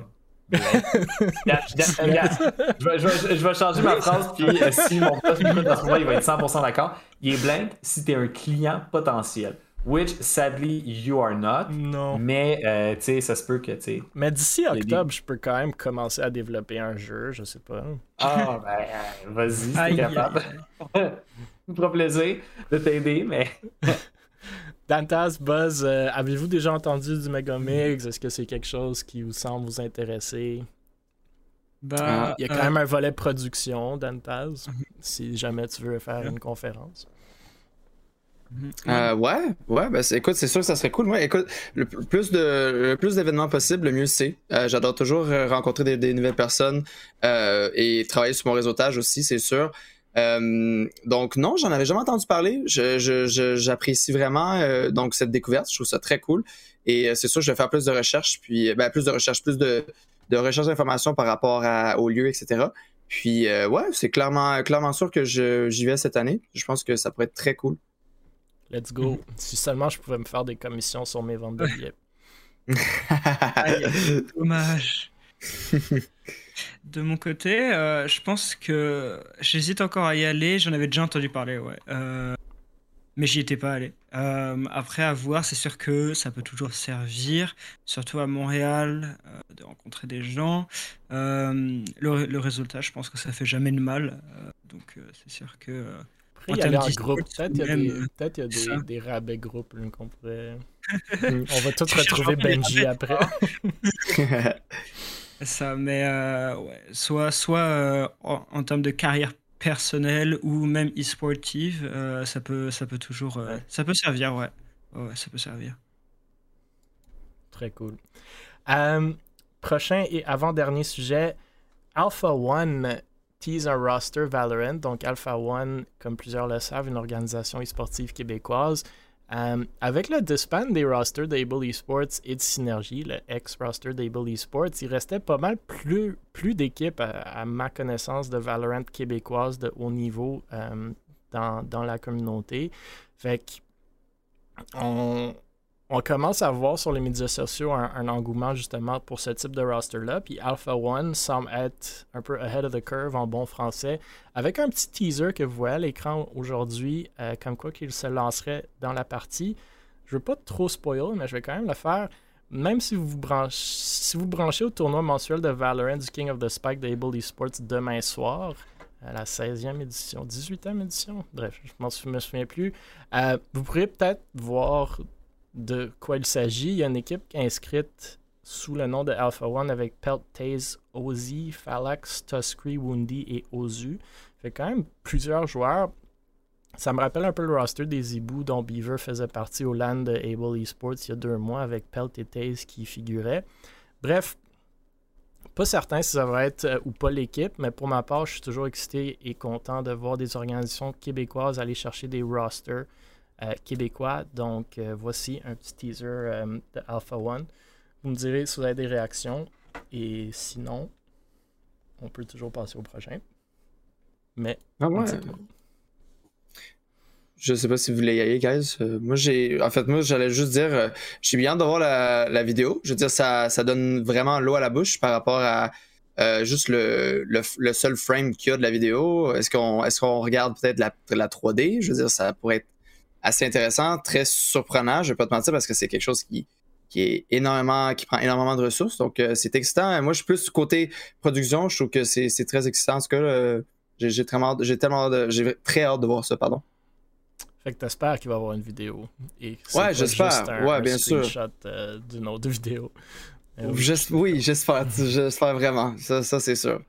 Je vais changer ma phrase, puis si mon boss m'écoute dans ce moment, il va être 100% d'accord. Il est blank si tu es un client potentiel. Which, sadly, you are not. Non. Mais, tu sais, ça se peut que, tu sais... Mais d'ici octobre, je peux quand même commencer à développer un jeu, je sais pas. Ah, ben, vas-y, si t'es capable. Ça me fera plaisir de t'aider, mais... Dantas, Buzz, avez-vous déjà entendu du Megamix? Est-ce que c'est quelque chose qui vous semble vous intéresser? Il y a quand même un volet production, Dantas, si jamais tu veux faire une conférence. Ouais, ben écoute, c'est sûr que ça serait cool. Moi, écoute, le plus d'événements possible, le mieux c'est. J'adore toujours rencontrer des nouvelles personnes et travailler sur mon réseautage aussi, c'est sûr. Donc non, j'en avais jamais entendu parler. J'apprécie vraiment donc cette découverte. Je trouve ça très cool. Et c'est sûr, je vais faire plus de recherches, plus de recherche d'informations par rapport au lieu, etc. Puis ouais, c'est clairement sûr que j'y vais cette année. Je pense que ça pourrait être très cool. Let's go. Si seulement je pouvais me faire des commissions sur mes ventes de billets. Dommage. De mon côté, je pense que j'hésite encore à y aller. J'en avais déjà entendu parler, ouais. Mais j'y étais pas allé. Après, à voir, c'est sûr que ça peut toujours servir, surtout à Montréal, de rencontrer des gens. Le résultat, je pense que ça fait jamais de mal. Donc, c'est sûr que... Après, il y a en groupe. Peut-être il y a des rabais groupes qu'on pourrait... On va tous retrouver Benji après. Ça, mais ouais, soit en termes de carrière personnelle ou même e-sportive, ça peut toujours ça peut servir, ouais, ça peut servir. Très cool. Prochain et avant-dernier sujet, Alpha One tease un roster Valorant, donc Alpha One, comme plusieurs le savent, une organisation e-sportive québécoise. Avec le disband des rosters d'Able Esports et de Synergie, le ex-roster d'Able Esports, il restait pas mal plus d'équipes, à ma connaissance, de Valorant québécoises de haut niveau dans la communauté. Fait qu'on commence à voir sur les médias sociaux un engouement justement pour ce type de roster-là. Puis Alpha One semble être un peu ahead of the curve en bon français, avec un petit teaser que vous voyez à l'écran aujourd'hui, comme quoi qu'il se lancerait dans la partie. Je veux pas trop spoiler, mais je vais quand même le faire. Même si vous branchez au tournoi mensuel de Valorant du King of the Spike de Able Esports demain soir, à la 16e édition, 18e édition, bref, je me souviens plus, vous pourrez peut-être voir de quoi il s'agit. Il y a une équipe inscrite sous le nom de Alpha One avec Pelt, Taze, Ozzy, Phalax, Tuskry, Woundy et Ozu. Fait quand même plusieurs joueurs. Ça me rappelle un peu le roster des Hibou dont Beaver faisait partie au LAN de Able Esports il y a 2 mois avec Pelt et Taze qui figuraient. Bref, pas certain si ça va être ou pas l'équipe, mais pour ma part, je suis toujours excité et content de voir des organisations québécoises aller chercher des rosters québécois. Donc, voici un petit teaser de Alpha One. Vous me direz si vous avez des réactions. Et sinon, on peut toujours passer au prochain. Mais, je sais pas si vous voulez y aller, guys. Moi, j'allais juste dire, j'ai bien hâte de voir la vidéo. Je veux dire, ça donne vraiment l'eau à la bouche par rapport à juste le seul frame qu'il y a de la vidéo. Est-ce qu'on regarde peut-être la 3D? Je veux dire, ça pourrait être assez intéressant, très surprenant, je vais pas te mentir, parce que c'est quelque chose qui prend énormément de ressources, donc c'est excitant. Moi, je suis plus côté production, je trouve que c'est très excitant. En tout cas, j'ai très hâte de voir ça, pardon. Fait que t'espères qu'il va y avoir une vidéo. Et ouais, j'espère. Bien sûr. Screenshot d'une autre vidéo. Oui, j'espère vraiment. Ça c'est sûr.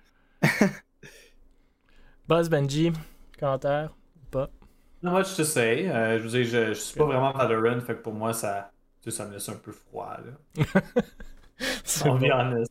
Buzz Benji, commentaire ou pas? Non, moi, je sais. Je veux dire, je suis pas vraiment Valorant, fait que pour moi, ça me laisse un peu froid, là. On est honnête.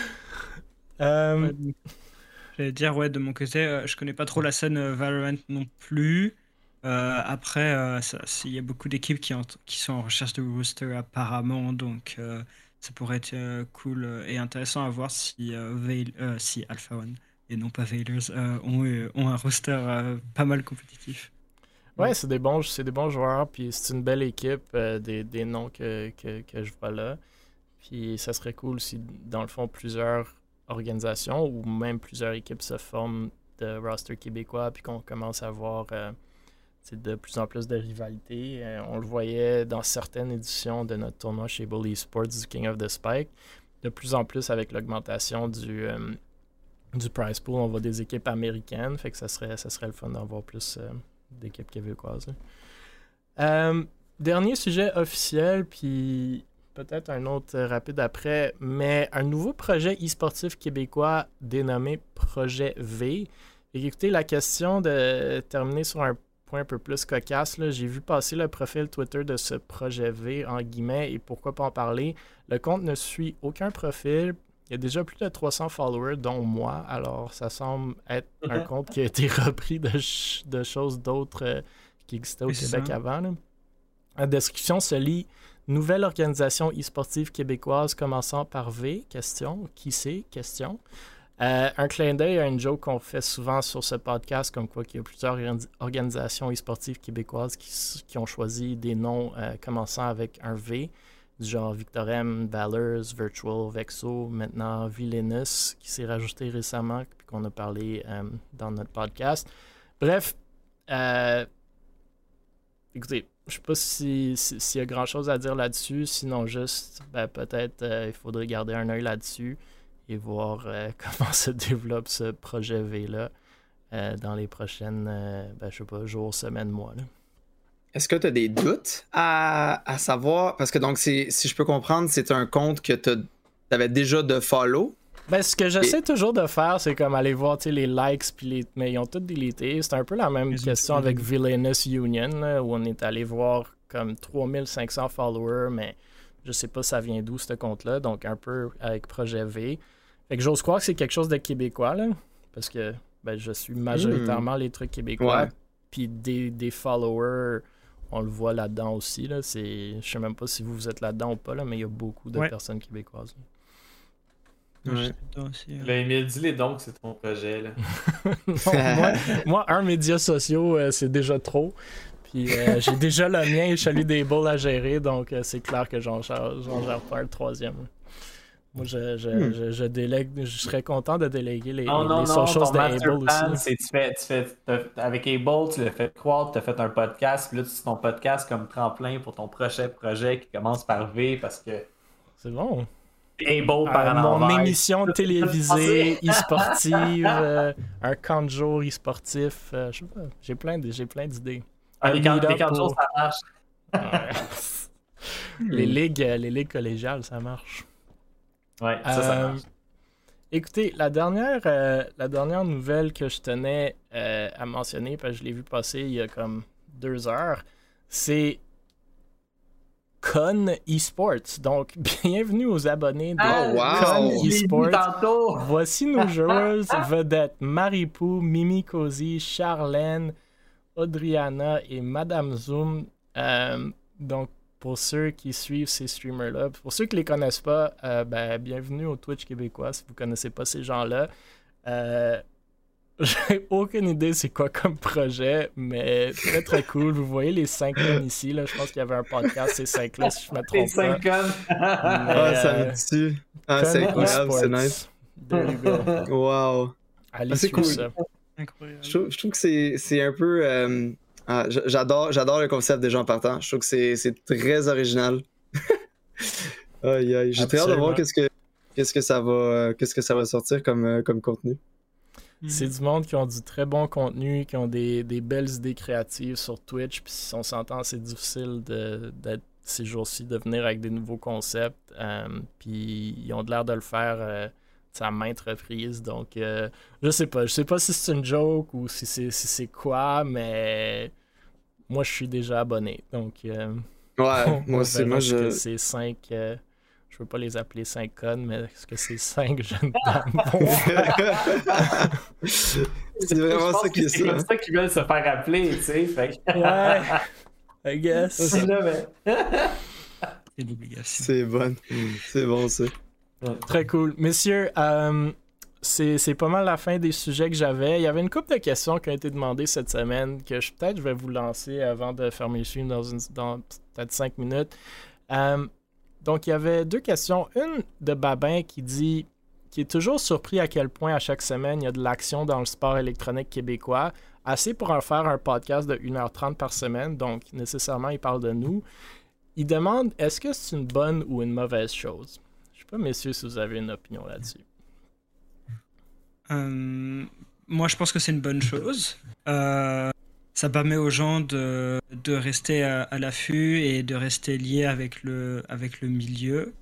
J'allais dire, ouais, de mon côté, je connais pas trop la scène Valorant non plus. Après, il y a beaucoup d'équipes qui sont en recherche de roster apparemment, donc ça pourrait être cool et intéressant à voir si Alpha One et non pas Veilers ont un roster pas mal compétitif. Ouais, c'est des bons joueurs, puis c'est une belle équipe, des noms que je vois là. Puis ça serait cool si, dans le fond, plusieurs organisations ou même plusieurs équipes se forment de roster québécois, puis qu'on commence à voir de plus en plus de rivalité. On le voyait dans certaines éditions de notre tournoi chez Able Esports du King of the Spike. De plus en plus avec l'augmentation du prize pool, on voit des équipes américaines, fait que ça serait le fun d'avoir plus d'équipes québécoises. Dernier sujet officiel, puis peut-être un autre rapide après, mais un nouveau projet e-sportif québécois dénommé Projet V. Et écoutez, la question de terminer sur un point un peu plus cocasse, là, j'ai vu passer le profil Twitter de ce Projet V, en guillemets, et pourquoi pas en parler. Le compte ne suit aucun profil. Il y a déjà plus de 300 followers, dont moi, alors ça semble être un compte qui a été repris de choses d'autres qui existaient au Québec avant. Là. La description se lit « Nouvelle organisation e-sportive québécoise commençant par V, question, qui c'est, question ». Un clin d'œil à une joke qu'on fait souvent sur ce podcast, comme quoi qu'il y a plusieurs organisations e-sportives québécoises qui ont choisi des noms commençant avec un V, du genre Victorem, Valors, Virtual, Vexo, maintenant Villainous, qui s'est rajouté récemment, puis qu'on a parlé dans notre podcast. Bref, écoutez, je ne sais pas s'il y a grand-chose à dire là-dessus, sinon juste, peut-être il faudrait garder un œil là-dessus et voir comment se développe ce projet V-là dans les prochaines, jours, semaines, mois. Là. Est-ce que tu as des doutes à savoir? Parce que donc, si je peux comprendre, c'est un compte que tu avais déjà de follow. Ce que j'essaie toujours de faire, c'est comme aller voir les likes, mais ils ont tous délité. C'est un peu la même question avec Villainous Union, là, où on est allé voir comme 3500 followers, mais je sais pas ça vient d'où ce compte-là, donc un peu avec Projet V. Fait que j'ose croire que c'est quelque chose de québécois, là, parce que ben, je suis majoritairement les trucs québécois. Ouais. Puis des followers, on le voit là-dedans aussi. Là. Je sais même pas si vous êtes là-dedans ou pas, là, mais il y a beaucoup de personnes québécoises. Ouais. Là, Emile, dis-les donc, c'est ton projet. Là. Non, moi, un média social, c'est déjà trop. Puis j'ai déjà le mien et celui des balls à gérer, donc c'est clair que j'en gère pas un troisième. Moi, je délègue, je serais content de déléguer les socials de Able aussi. Avec Able, tu l'as fait croire, tu as fait un podcast, puis là, tu utilises ton podcast comme tremplin pour ton prochain projet qui commence par V parce que. C'est bon. Able par en mon envers. émission télévisée e-sportive, un camp de jour e-sportif, je sais pas, j'ai plein d'idées. Les camps de jour, ça marche. Les ligues collégiales, ça marche. Ouais, ça marche. Écoutez, la dernière nouvelle que je tenais à mentionner, parce que je l'ai vu passer il y a comme 2 heures, c'est Con Esports. Donc, bienvenue aux abonnés de Con Esports. Voici nos joueuses vedettes Maripou, Mimi Cozy, Charlène, Audriana et Madame Zoom. Donc, pour ceux qui suivent ces streamers-là, pour ceux qui les connaissent pas, bienvenue au Twitch québécois si vous connaissez pas ces gens-là. J'ai aucune idée c'est quoi comme projet, mais très très cool. Vous voyez les 5 connes ici, là. Je pense qu'il y avait un podcast, ces 5-là, si je me trompe les 5 connes! Ça me tue. C'est incroyable, c'est nice. There you go. Wow. Allez, c'est cool. Ça. Incroyable. Je trouve que c'est un peu... j'adore le concept des gens partants. Je trouve que c'est très original. Aïe, aïe. J'ai très hâte de voir qu'est-ce que ça va sortir comme contenu. C'est du monde qui ont du très bon contenu, qui ont des belles idées créatives sur Twitch. Puis si on s'entend, c'est difficile d'être ces jours-ci de venir avec des nouveaux concepts. Puis ils ont l'air de le faire à maintes reprises. Donc je sais pas si c'est une joke ou si c'est quoi, mais moi je suis déjà abonné. Donc moi aussi, c'est 5. Je veux pas les appeler 5 connes, mais est-ce que c'est 5 jeunes dames vont faire? C'est vraiment ça qui est C'est comme ça qu'ils veulent se faire appeler, tu sais. Ouais, I guess. C'est là, mais... C'est l'obligation. C'est bon ça. Très cool. Messieurs, c'est pas mal la fin des sujets que j'avais. Il y avait une couple de questions qui ont été demandées cette semaine que je vais vous lancer avant de fermer le stream dans peut-être 5 minutes. Donc, il y avait 2 questions. Une de Babin qui est toujours surpris à quel point à chaque semaine, il y a de l'action dans le sport électronique québécois. Assez pour en faire un podcast de 1h30 par semaine. Donc, nécessairement, il parle de nous. Il demande, est-ce que c'est une bonne ou une mauvaise chose? Je sais pas, messieurs, si vous avez une opinion là-dessus. Moi, je pense que c'est une bonne chose. Ça permet aux gens de rester à l'affût et de rester liés avec le milieu.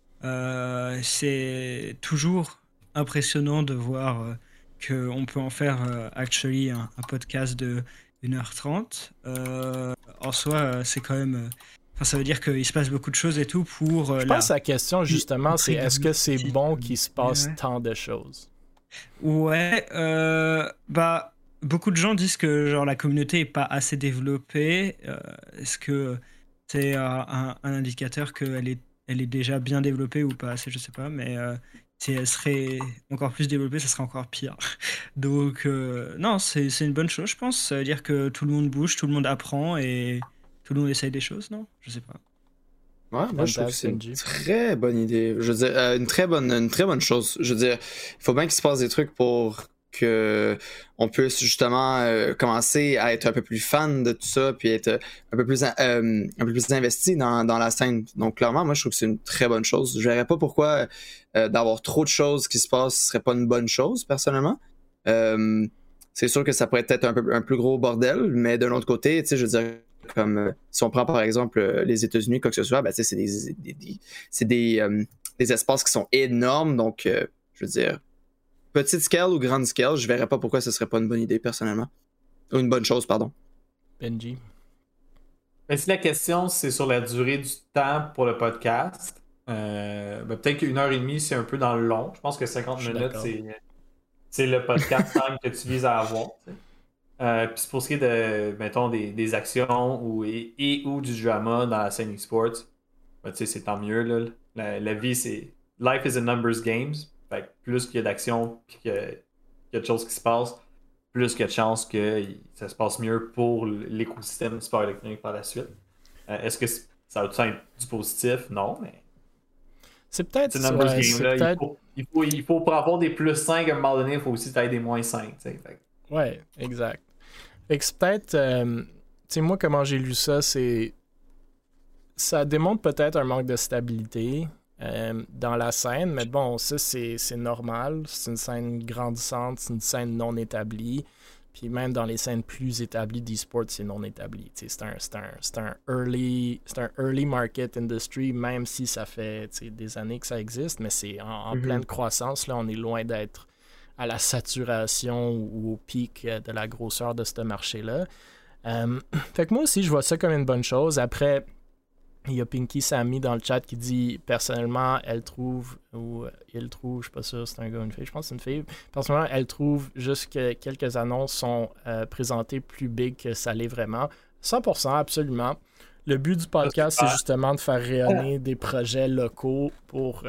C'est toujours impressionnant de voir qu'on peut en faire actually un podcast de 1h30. En soi, c'est quand même... ça veut dire qu'il se passe beaucoup de choses et tout pour... Je pense que la question, justement, c'est est-ce que c'est bon qu'il se passe tant de choses? Ouais, beaucoup de gens disent que genre la communauté est pas assez développée. Est-ce que c'est un indicateur qu'elle est déjà bien développée ou pas assez, je sais pas, mais si elle serait encore plus développée, ça serait encore pire. Donc non, c'est une bonne chose, je pense. Ça veut dire que tout le monde bouge, tout le monde apprend et tout le monde essaye des choses, non? Je sais pas. Ouais, moi je trouve que c'est une très bonne idée. Je veux dire, une très bonne chose. Je veux dire, il faut bien qu'il se passe des trucs pour que on puisse justement commencer à être un peu plus fan de tout ça, puis être un peu plus investi dans la scène. Donc clairement, moi je trouve que c'est une très bonne chose. Je verrais pas pourquoi d'avoir trop de choses qui se passent ce serait pas une bonne chose personnellement. C'est sûr que ça pourrait être un plus gros bordel, mais d'un autre côté, tu sais, je veux dire, comme si on prend par exemple les États-Unis, quoi que ce soit, ben, c'est des espaces qui sont énormes, donc je veux dire, petite scale ou grande scale, je verrais pas pourquoi ce serait pas une bonne idée personnellement. Ou une bonne chose, pardon. Benji. Mais si la question c'est sur la durée du temps pour le podcast, peut-être qu'1h30 c'est un peu dans le long. Je pense que 50 minutes c'est le podcast time que tu vises à avoir. Puis pour ce qui est de, mettons, des actions ou du drama dans la scène e-sports, ben, c'est tant mieux. Là. La vie, c'est... Life is a numbers games. Fait que plus qu'il y a d'action et qu'il y a de choses qui se passent, plus qu'il y a de chances que ça se passe mieux pour l'écosystème sport électronique par la suite. Est-ce que ça va tout être du positif? Non, mais... C'est peut-être ce numbers game là, peut-être... il faut pour avoir des plus 5 à un moment donné, il faut aussi être des moins 5. Fait. Ouais, exact. Fait que c'est peut-être... tu sais, moi, comment j'ai lu ça, c'est... Ça démontre peut-être un manque de stabilité dans la scène, mais bon, ça, c'est normal. C'est une scène grandissante, c'est une scène non établie. Puis même dans les scènes plus établies d'e-sport, c'est non établi. C'est un early market industry, même si ça fait des années que ça existe, mais c'est en pleine croissance. Là, on est loin d'être à la saturation ou au pic de la grosseur de ce marché-là. Fait que moi aussi, je vois ça comme une bonne chose. Après, il y a Pinky Sammy dans le chat qui dit personnellement, elle trouve, ou il trouve, je suis pas sûr, c'est un gars ou une fille, je pense que c'est une fille. Personnellement, elle trouve juste que quelques annonces sont présentées plus big que ça l'est vraiment. 100%, absolument. Le but du podcast, c'est justement de faire rayonner des projets locaux pour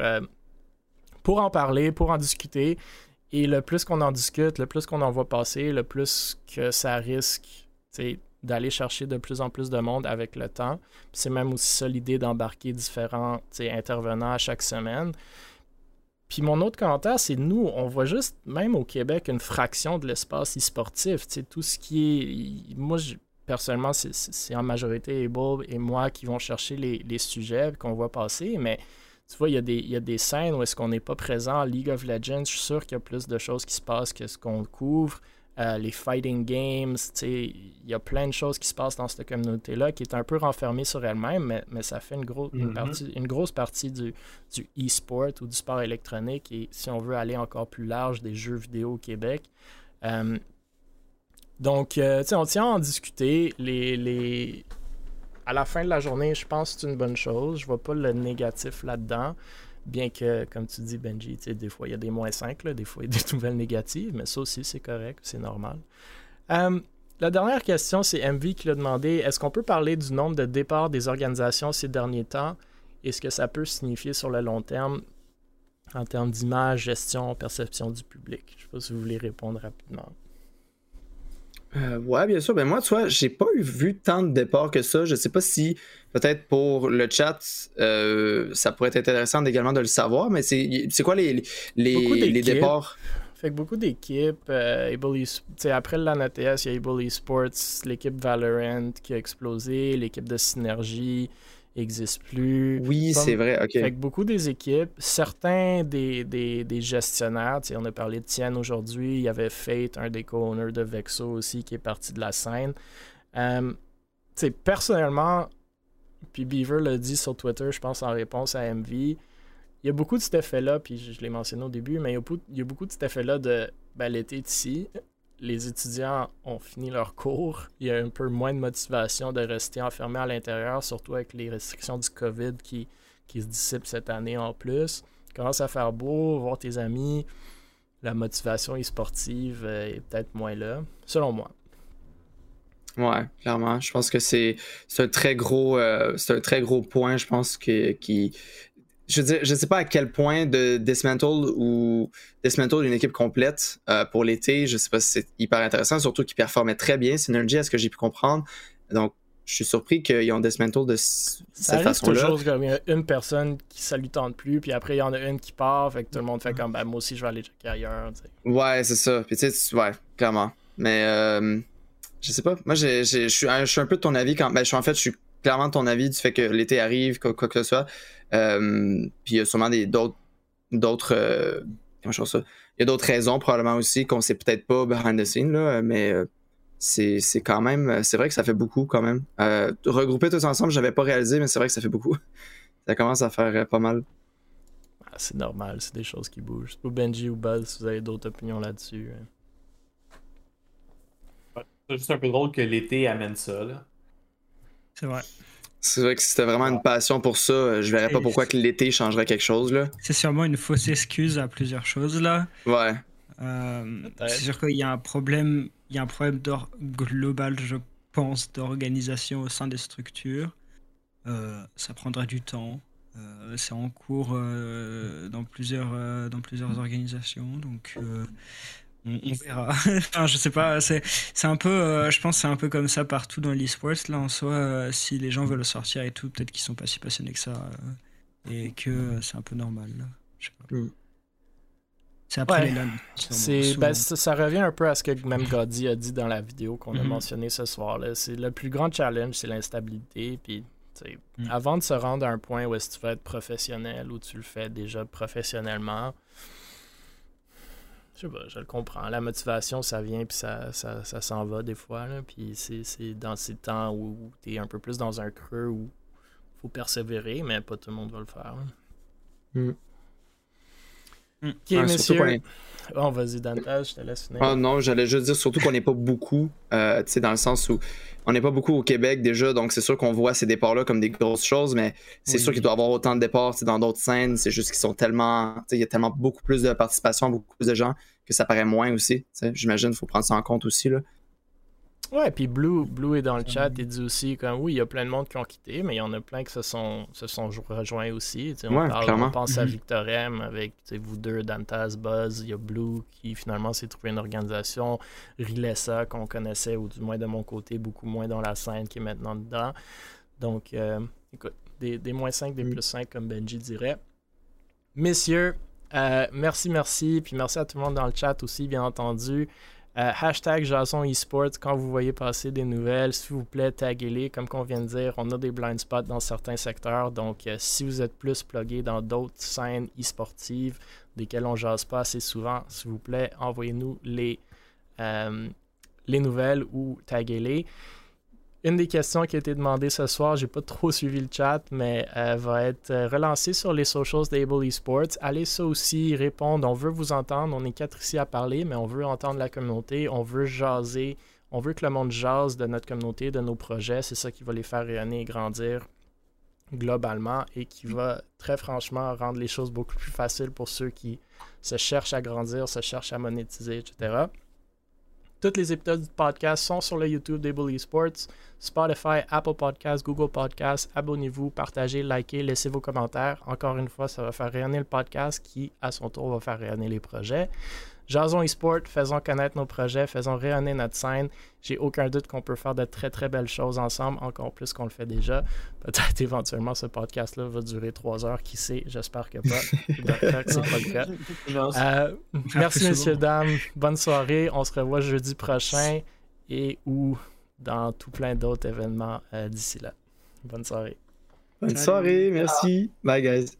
en parler, pour en discuter. Et le plus qu'on en discute, le plus qu'on en voit passer, le plus que ça risque d'aller chercher de plus en plus de monde avec le temps. Puis c'est même aussi ça l'idée d'embarquer différents intervenants à chaque semaine. Puis mon autre commentaire, c'est nous, on voit juste, même au Québec, une fraction de l'espace e-sportif. Tout ce qui est... Moi, personnellement, c'est en majorité Able et moi qui vont chercher les sujets qu'on voit passer, mais tu vois, il y a des scènes où est-ce qu'on n'est pas présent. League of Legends, je suis sûr qu'il y a plus de choses qui se passent que ce qu'on couvre. Les fighting games, il y a plein de choses qui se passent dans cette communauté-là qui est un peu renfermée sur elle-même, mais ça fait une grosse partie du e-sport ou du sport électronique et si on veut aller encore plus large, des jeux vidéo au Québec. Donc, on tient à en discuter. À la fin de la journée, je pense que c'est une bonne chose. Je vois pas le négatif là-dedans. Bien que, comme tu dis, Benji, des fois, il y a des moins 5, là, des fois, il y a des nouvelles négatives, mais ça aussi, c'est correct, c'est normal. La dernière question, c'est MV qui l'a demandé, est-ce qu'on peut parler du nombre de départs des organisations ces derniers temps et ce que ça peut signifier sur le long terme en termes d'image, gestion, perception du public? Je ne sais pas si vous voulez répondre rapidement. Ouais, bien sûr. Ben moi, tu vois, j'ai pas vu tant de départs que ça. Je sais pas si, peut-être pour le chat, ça pourrait être intéressant également de le savoir, mais c'est quoi les départs? Fait que beaucoup d'équipes, après le LAN ATS, il y a Able Esports, l'équipe Valorant qui a explosé, l'équipe de Synergie n'existe plus. Oui, c'est vrai, ok. Fait que beaucoup des équipes, certains des gestionnaires, on a parlé de Tienne aujourd'hui, il y avait Fate, un des co-owners de Vexo aussi, qui est parti de la scène. Personnellement, puis Beaver l'a dit sur Twitter, je pense en réponse à MV, il y a beaucoup de cet effet-là, puis je l'ai mentionné au début, mais il y a beaucoup de cet effet-là de l'été est ici, les étudiants ont fini leur cours, il y a un peu moins de motivation de rester enfermés à l'intérieur, surtout avec les restrictions du COVID qui se dissipent cette année en plus. Il commence à faire beau, voir tes amis, la motivation e-sportive est peut-être moins là, selon moi. Ouais, clairement. Je pense que c'est un très gros point, je pense, qui je veux dire, je sais pas à quel point de dismantle une équipe complète pour l'été. Je sais pas si c'est hyper intéressant, surtout qu'ils performaient très bien Synergy, à ce que j'ai pu comprendre. Donc, je suis surpris qu'ils ont dismantle de cette façon-là. Toujours comme il y a une personne qui ça lui tente plus, puis après il y en a une qui part, fait que tout le monde fait comme moi aussi je vais aller checker ailleurs. T'sais. Ouais, c'est ça. Puis tu sais, ouais, clairement. Mais je sais pas. Moi, je suis un peu de ton avis quand. Je suis clairement de ton avis du fait que l'été arrive, quoi que ce soit. Puis il y a sûrement d'autres comment je dis ça? Il y a d'autres raisons probablement aussi qu'on sait peut-être pas behind the scene là, mais c'est quand même, c'est vrai que ça fait beaucoup quand même. Regrouper tous ensemble, j'avais pas réalisé, mais c'est vrai que ça fait beaucoup. Ça commence à faire pas mal. C'est normal, c'est des choses qui bougent. C'est pas Benji ou Buzz si vous avez d'autres opinions là-dessus. C'est juste un peu drôle que l'été amène ça, là. C'est vrai. C'est vrai que si c'était vraiment une passion pour ça, je verrais pas pourquoi que l'été changerait quelque chose, là. C'est sûrement une fausse excuse à plusieurs choses, là. Ouais. C'est sûr qu'il y a un problème, global, je pense, d'organisation au sein des structures. Ça prendra du temps. C'est en cours dans plusieurs organisations, donc on verra. Enfin, je sais pas, c'est un peu, je pense que c'est un peu comme ça partout dans l'e-sports là en soi. Si les gens veulent sortir et tout, peut-être qu'ils sont pas si passionnés que ça et que c'est un peu normal. Là. Je sais pas. C'est après les LAN. Ça revient un peu à ce que même Goddy a dit dans la vidéo qu'on a mentionné ce soir. Là. C'est le plus grand challenge, c'est l'instabilité. Puis, avant de se rendre à un point où est-ce que tu veux être professionnel ou tu le fais déjà professionnellement, je sais pas, je le comprends. La motivation, ça vient puis ça s'en va des fois. Là. Puis c'est dans ces temps où tu es un peu plus dans un creux où il faut persévérer, mais pas tout le monde va le faire. Ok, messieurs. Oh, vas-y, Dantas, je te laisse finir. Ah non, j'allais juste dire surtout qu'on n'est pas beaucoup, tu sais, dans le sens où on n'est pas beaucoup au Québec déjà, donc c'est sûr qu'on voit ces départs-là comme des grosses choses, mais c'est sûr qu'il doit y avoir autant de départs dans d'autres scènes, c'est juste qu'ils sont tellement, tu sais, il y a tellement beaucoup plus de participation, beaucoup plus de gens que ça paraît moins aussi, tu sais, j'imagine qu'il faut prendre ça en compte aussi, là. Ouais, puis Blue est dans le chat, il dit aussi comme oui, il y a plein de monde qui ont quitté, mais il y en a plein qui se sont rejoints aussi. On pense à Victor M avec vous deux, Dantas, Buzz, il y a Blue qui finalement s'est trouvé une organisation, Rilessa qu'on connaissait, ou du moins de mon côté, beaucoup moins dans la scène qui est maintenant dedans. Donc, écoute, des -5, des +5 comme Benji dirait. Messieurs, merci, puis merci à tout le monde dans le chat aussi, bien entendu. Hashtag Jason eSports, quand vous voyez passer des nouvelles, s'il vous plaît, taguez-les. Comme qu'on vient de dire, on a des blind spots dans certains secteurs. Donc, si vous êtes plus plugué dans d'autres scènes e-sportives desquelles on jase pas assez souvent, s'il vous plaît, envoyez-nous les nouvelles ou taguez-les. Une des questions qui a été demandée ce soir, j'ai pas trop suivi le chat, mais va être relancée sur les socials d'Able Esports. Allez ça aussi, répondre. On veut vous entendre. On est 4 ici à parler, mais on veut entendre la communauté. On veut jaser. On veut que le monde jase de notre communauté, de nos projets. C'est ça qui va les faire rayonner et grandir globalement et qui va très franchement rendre les choses beaucoup plus faciles pour ceux qui se cherchent à grandir, se cherchent à monétiser, etc. Tous les épisodes du podcast sont sur le YouTube d'Able Esports, Spotify, Apple Podcasts, Google Podcasts. Abonnez-vous, partagez, likez, laissez vos commentaires. Encore une fois, ça va faire rayonner le podcast qui, à son tour, va faire rayonner les projets. Jason eSports, faisons connaître nos projets, faisons rayonner notre scène. J'ai aucun doute qu'on peut faire de très très belles choses ensemble, encore plus qu'on le fait déjà. Peut-être éventuellement ce podcast-là va durer 3 heures, qui sait, j'espère que pas. J'espère que c'est pas le cas. Merci messieurs, dames, bonne soirée. On se revoit jeudi prochain et ou dans tout plein d'autres événements d'ici là. Bonne soirée. Bonne soirée, merci. Bye guys.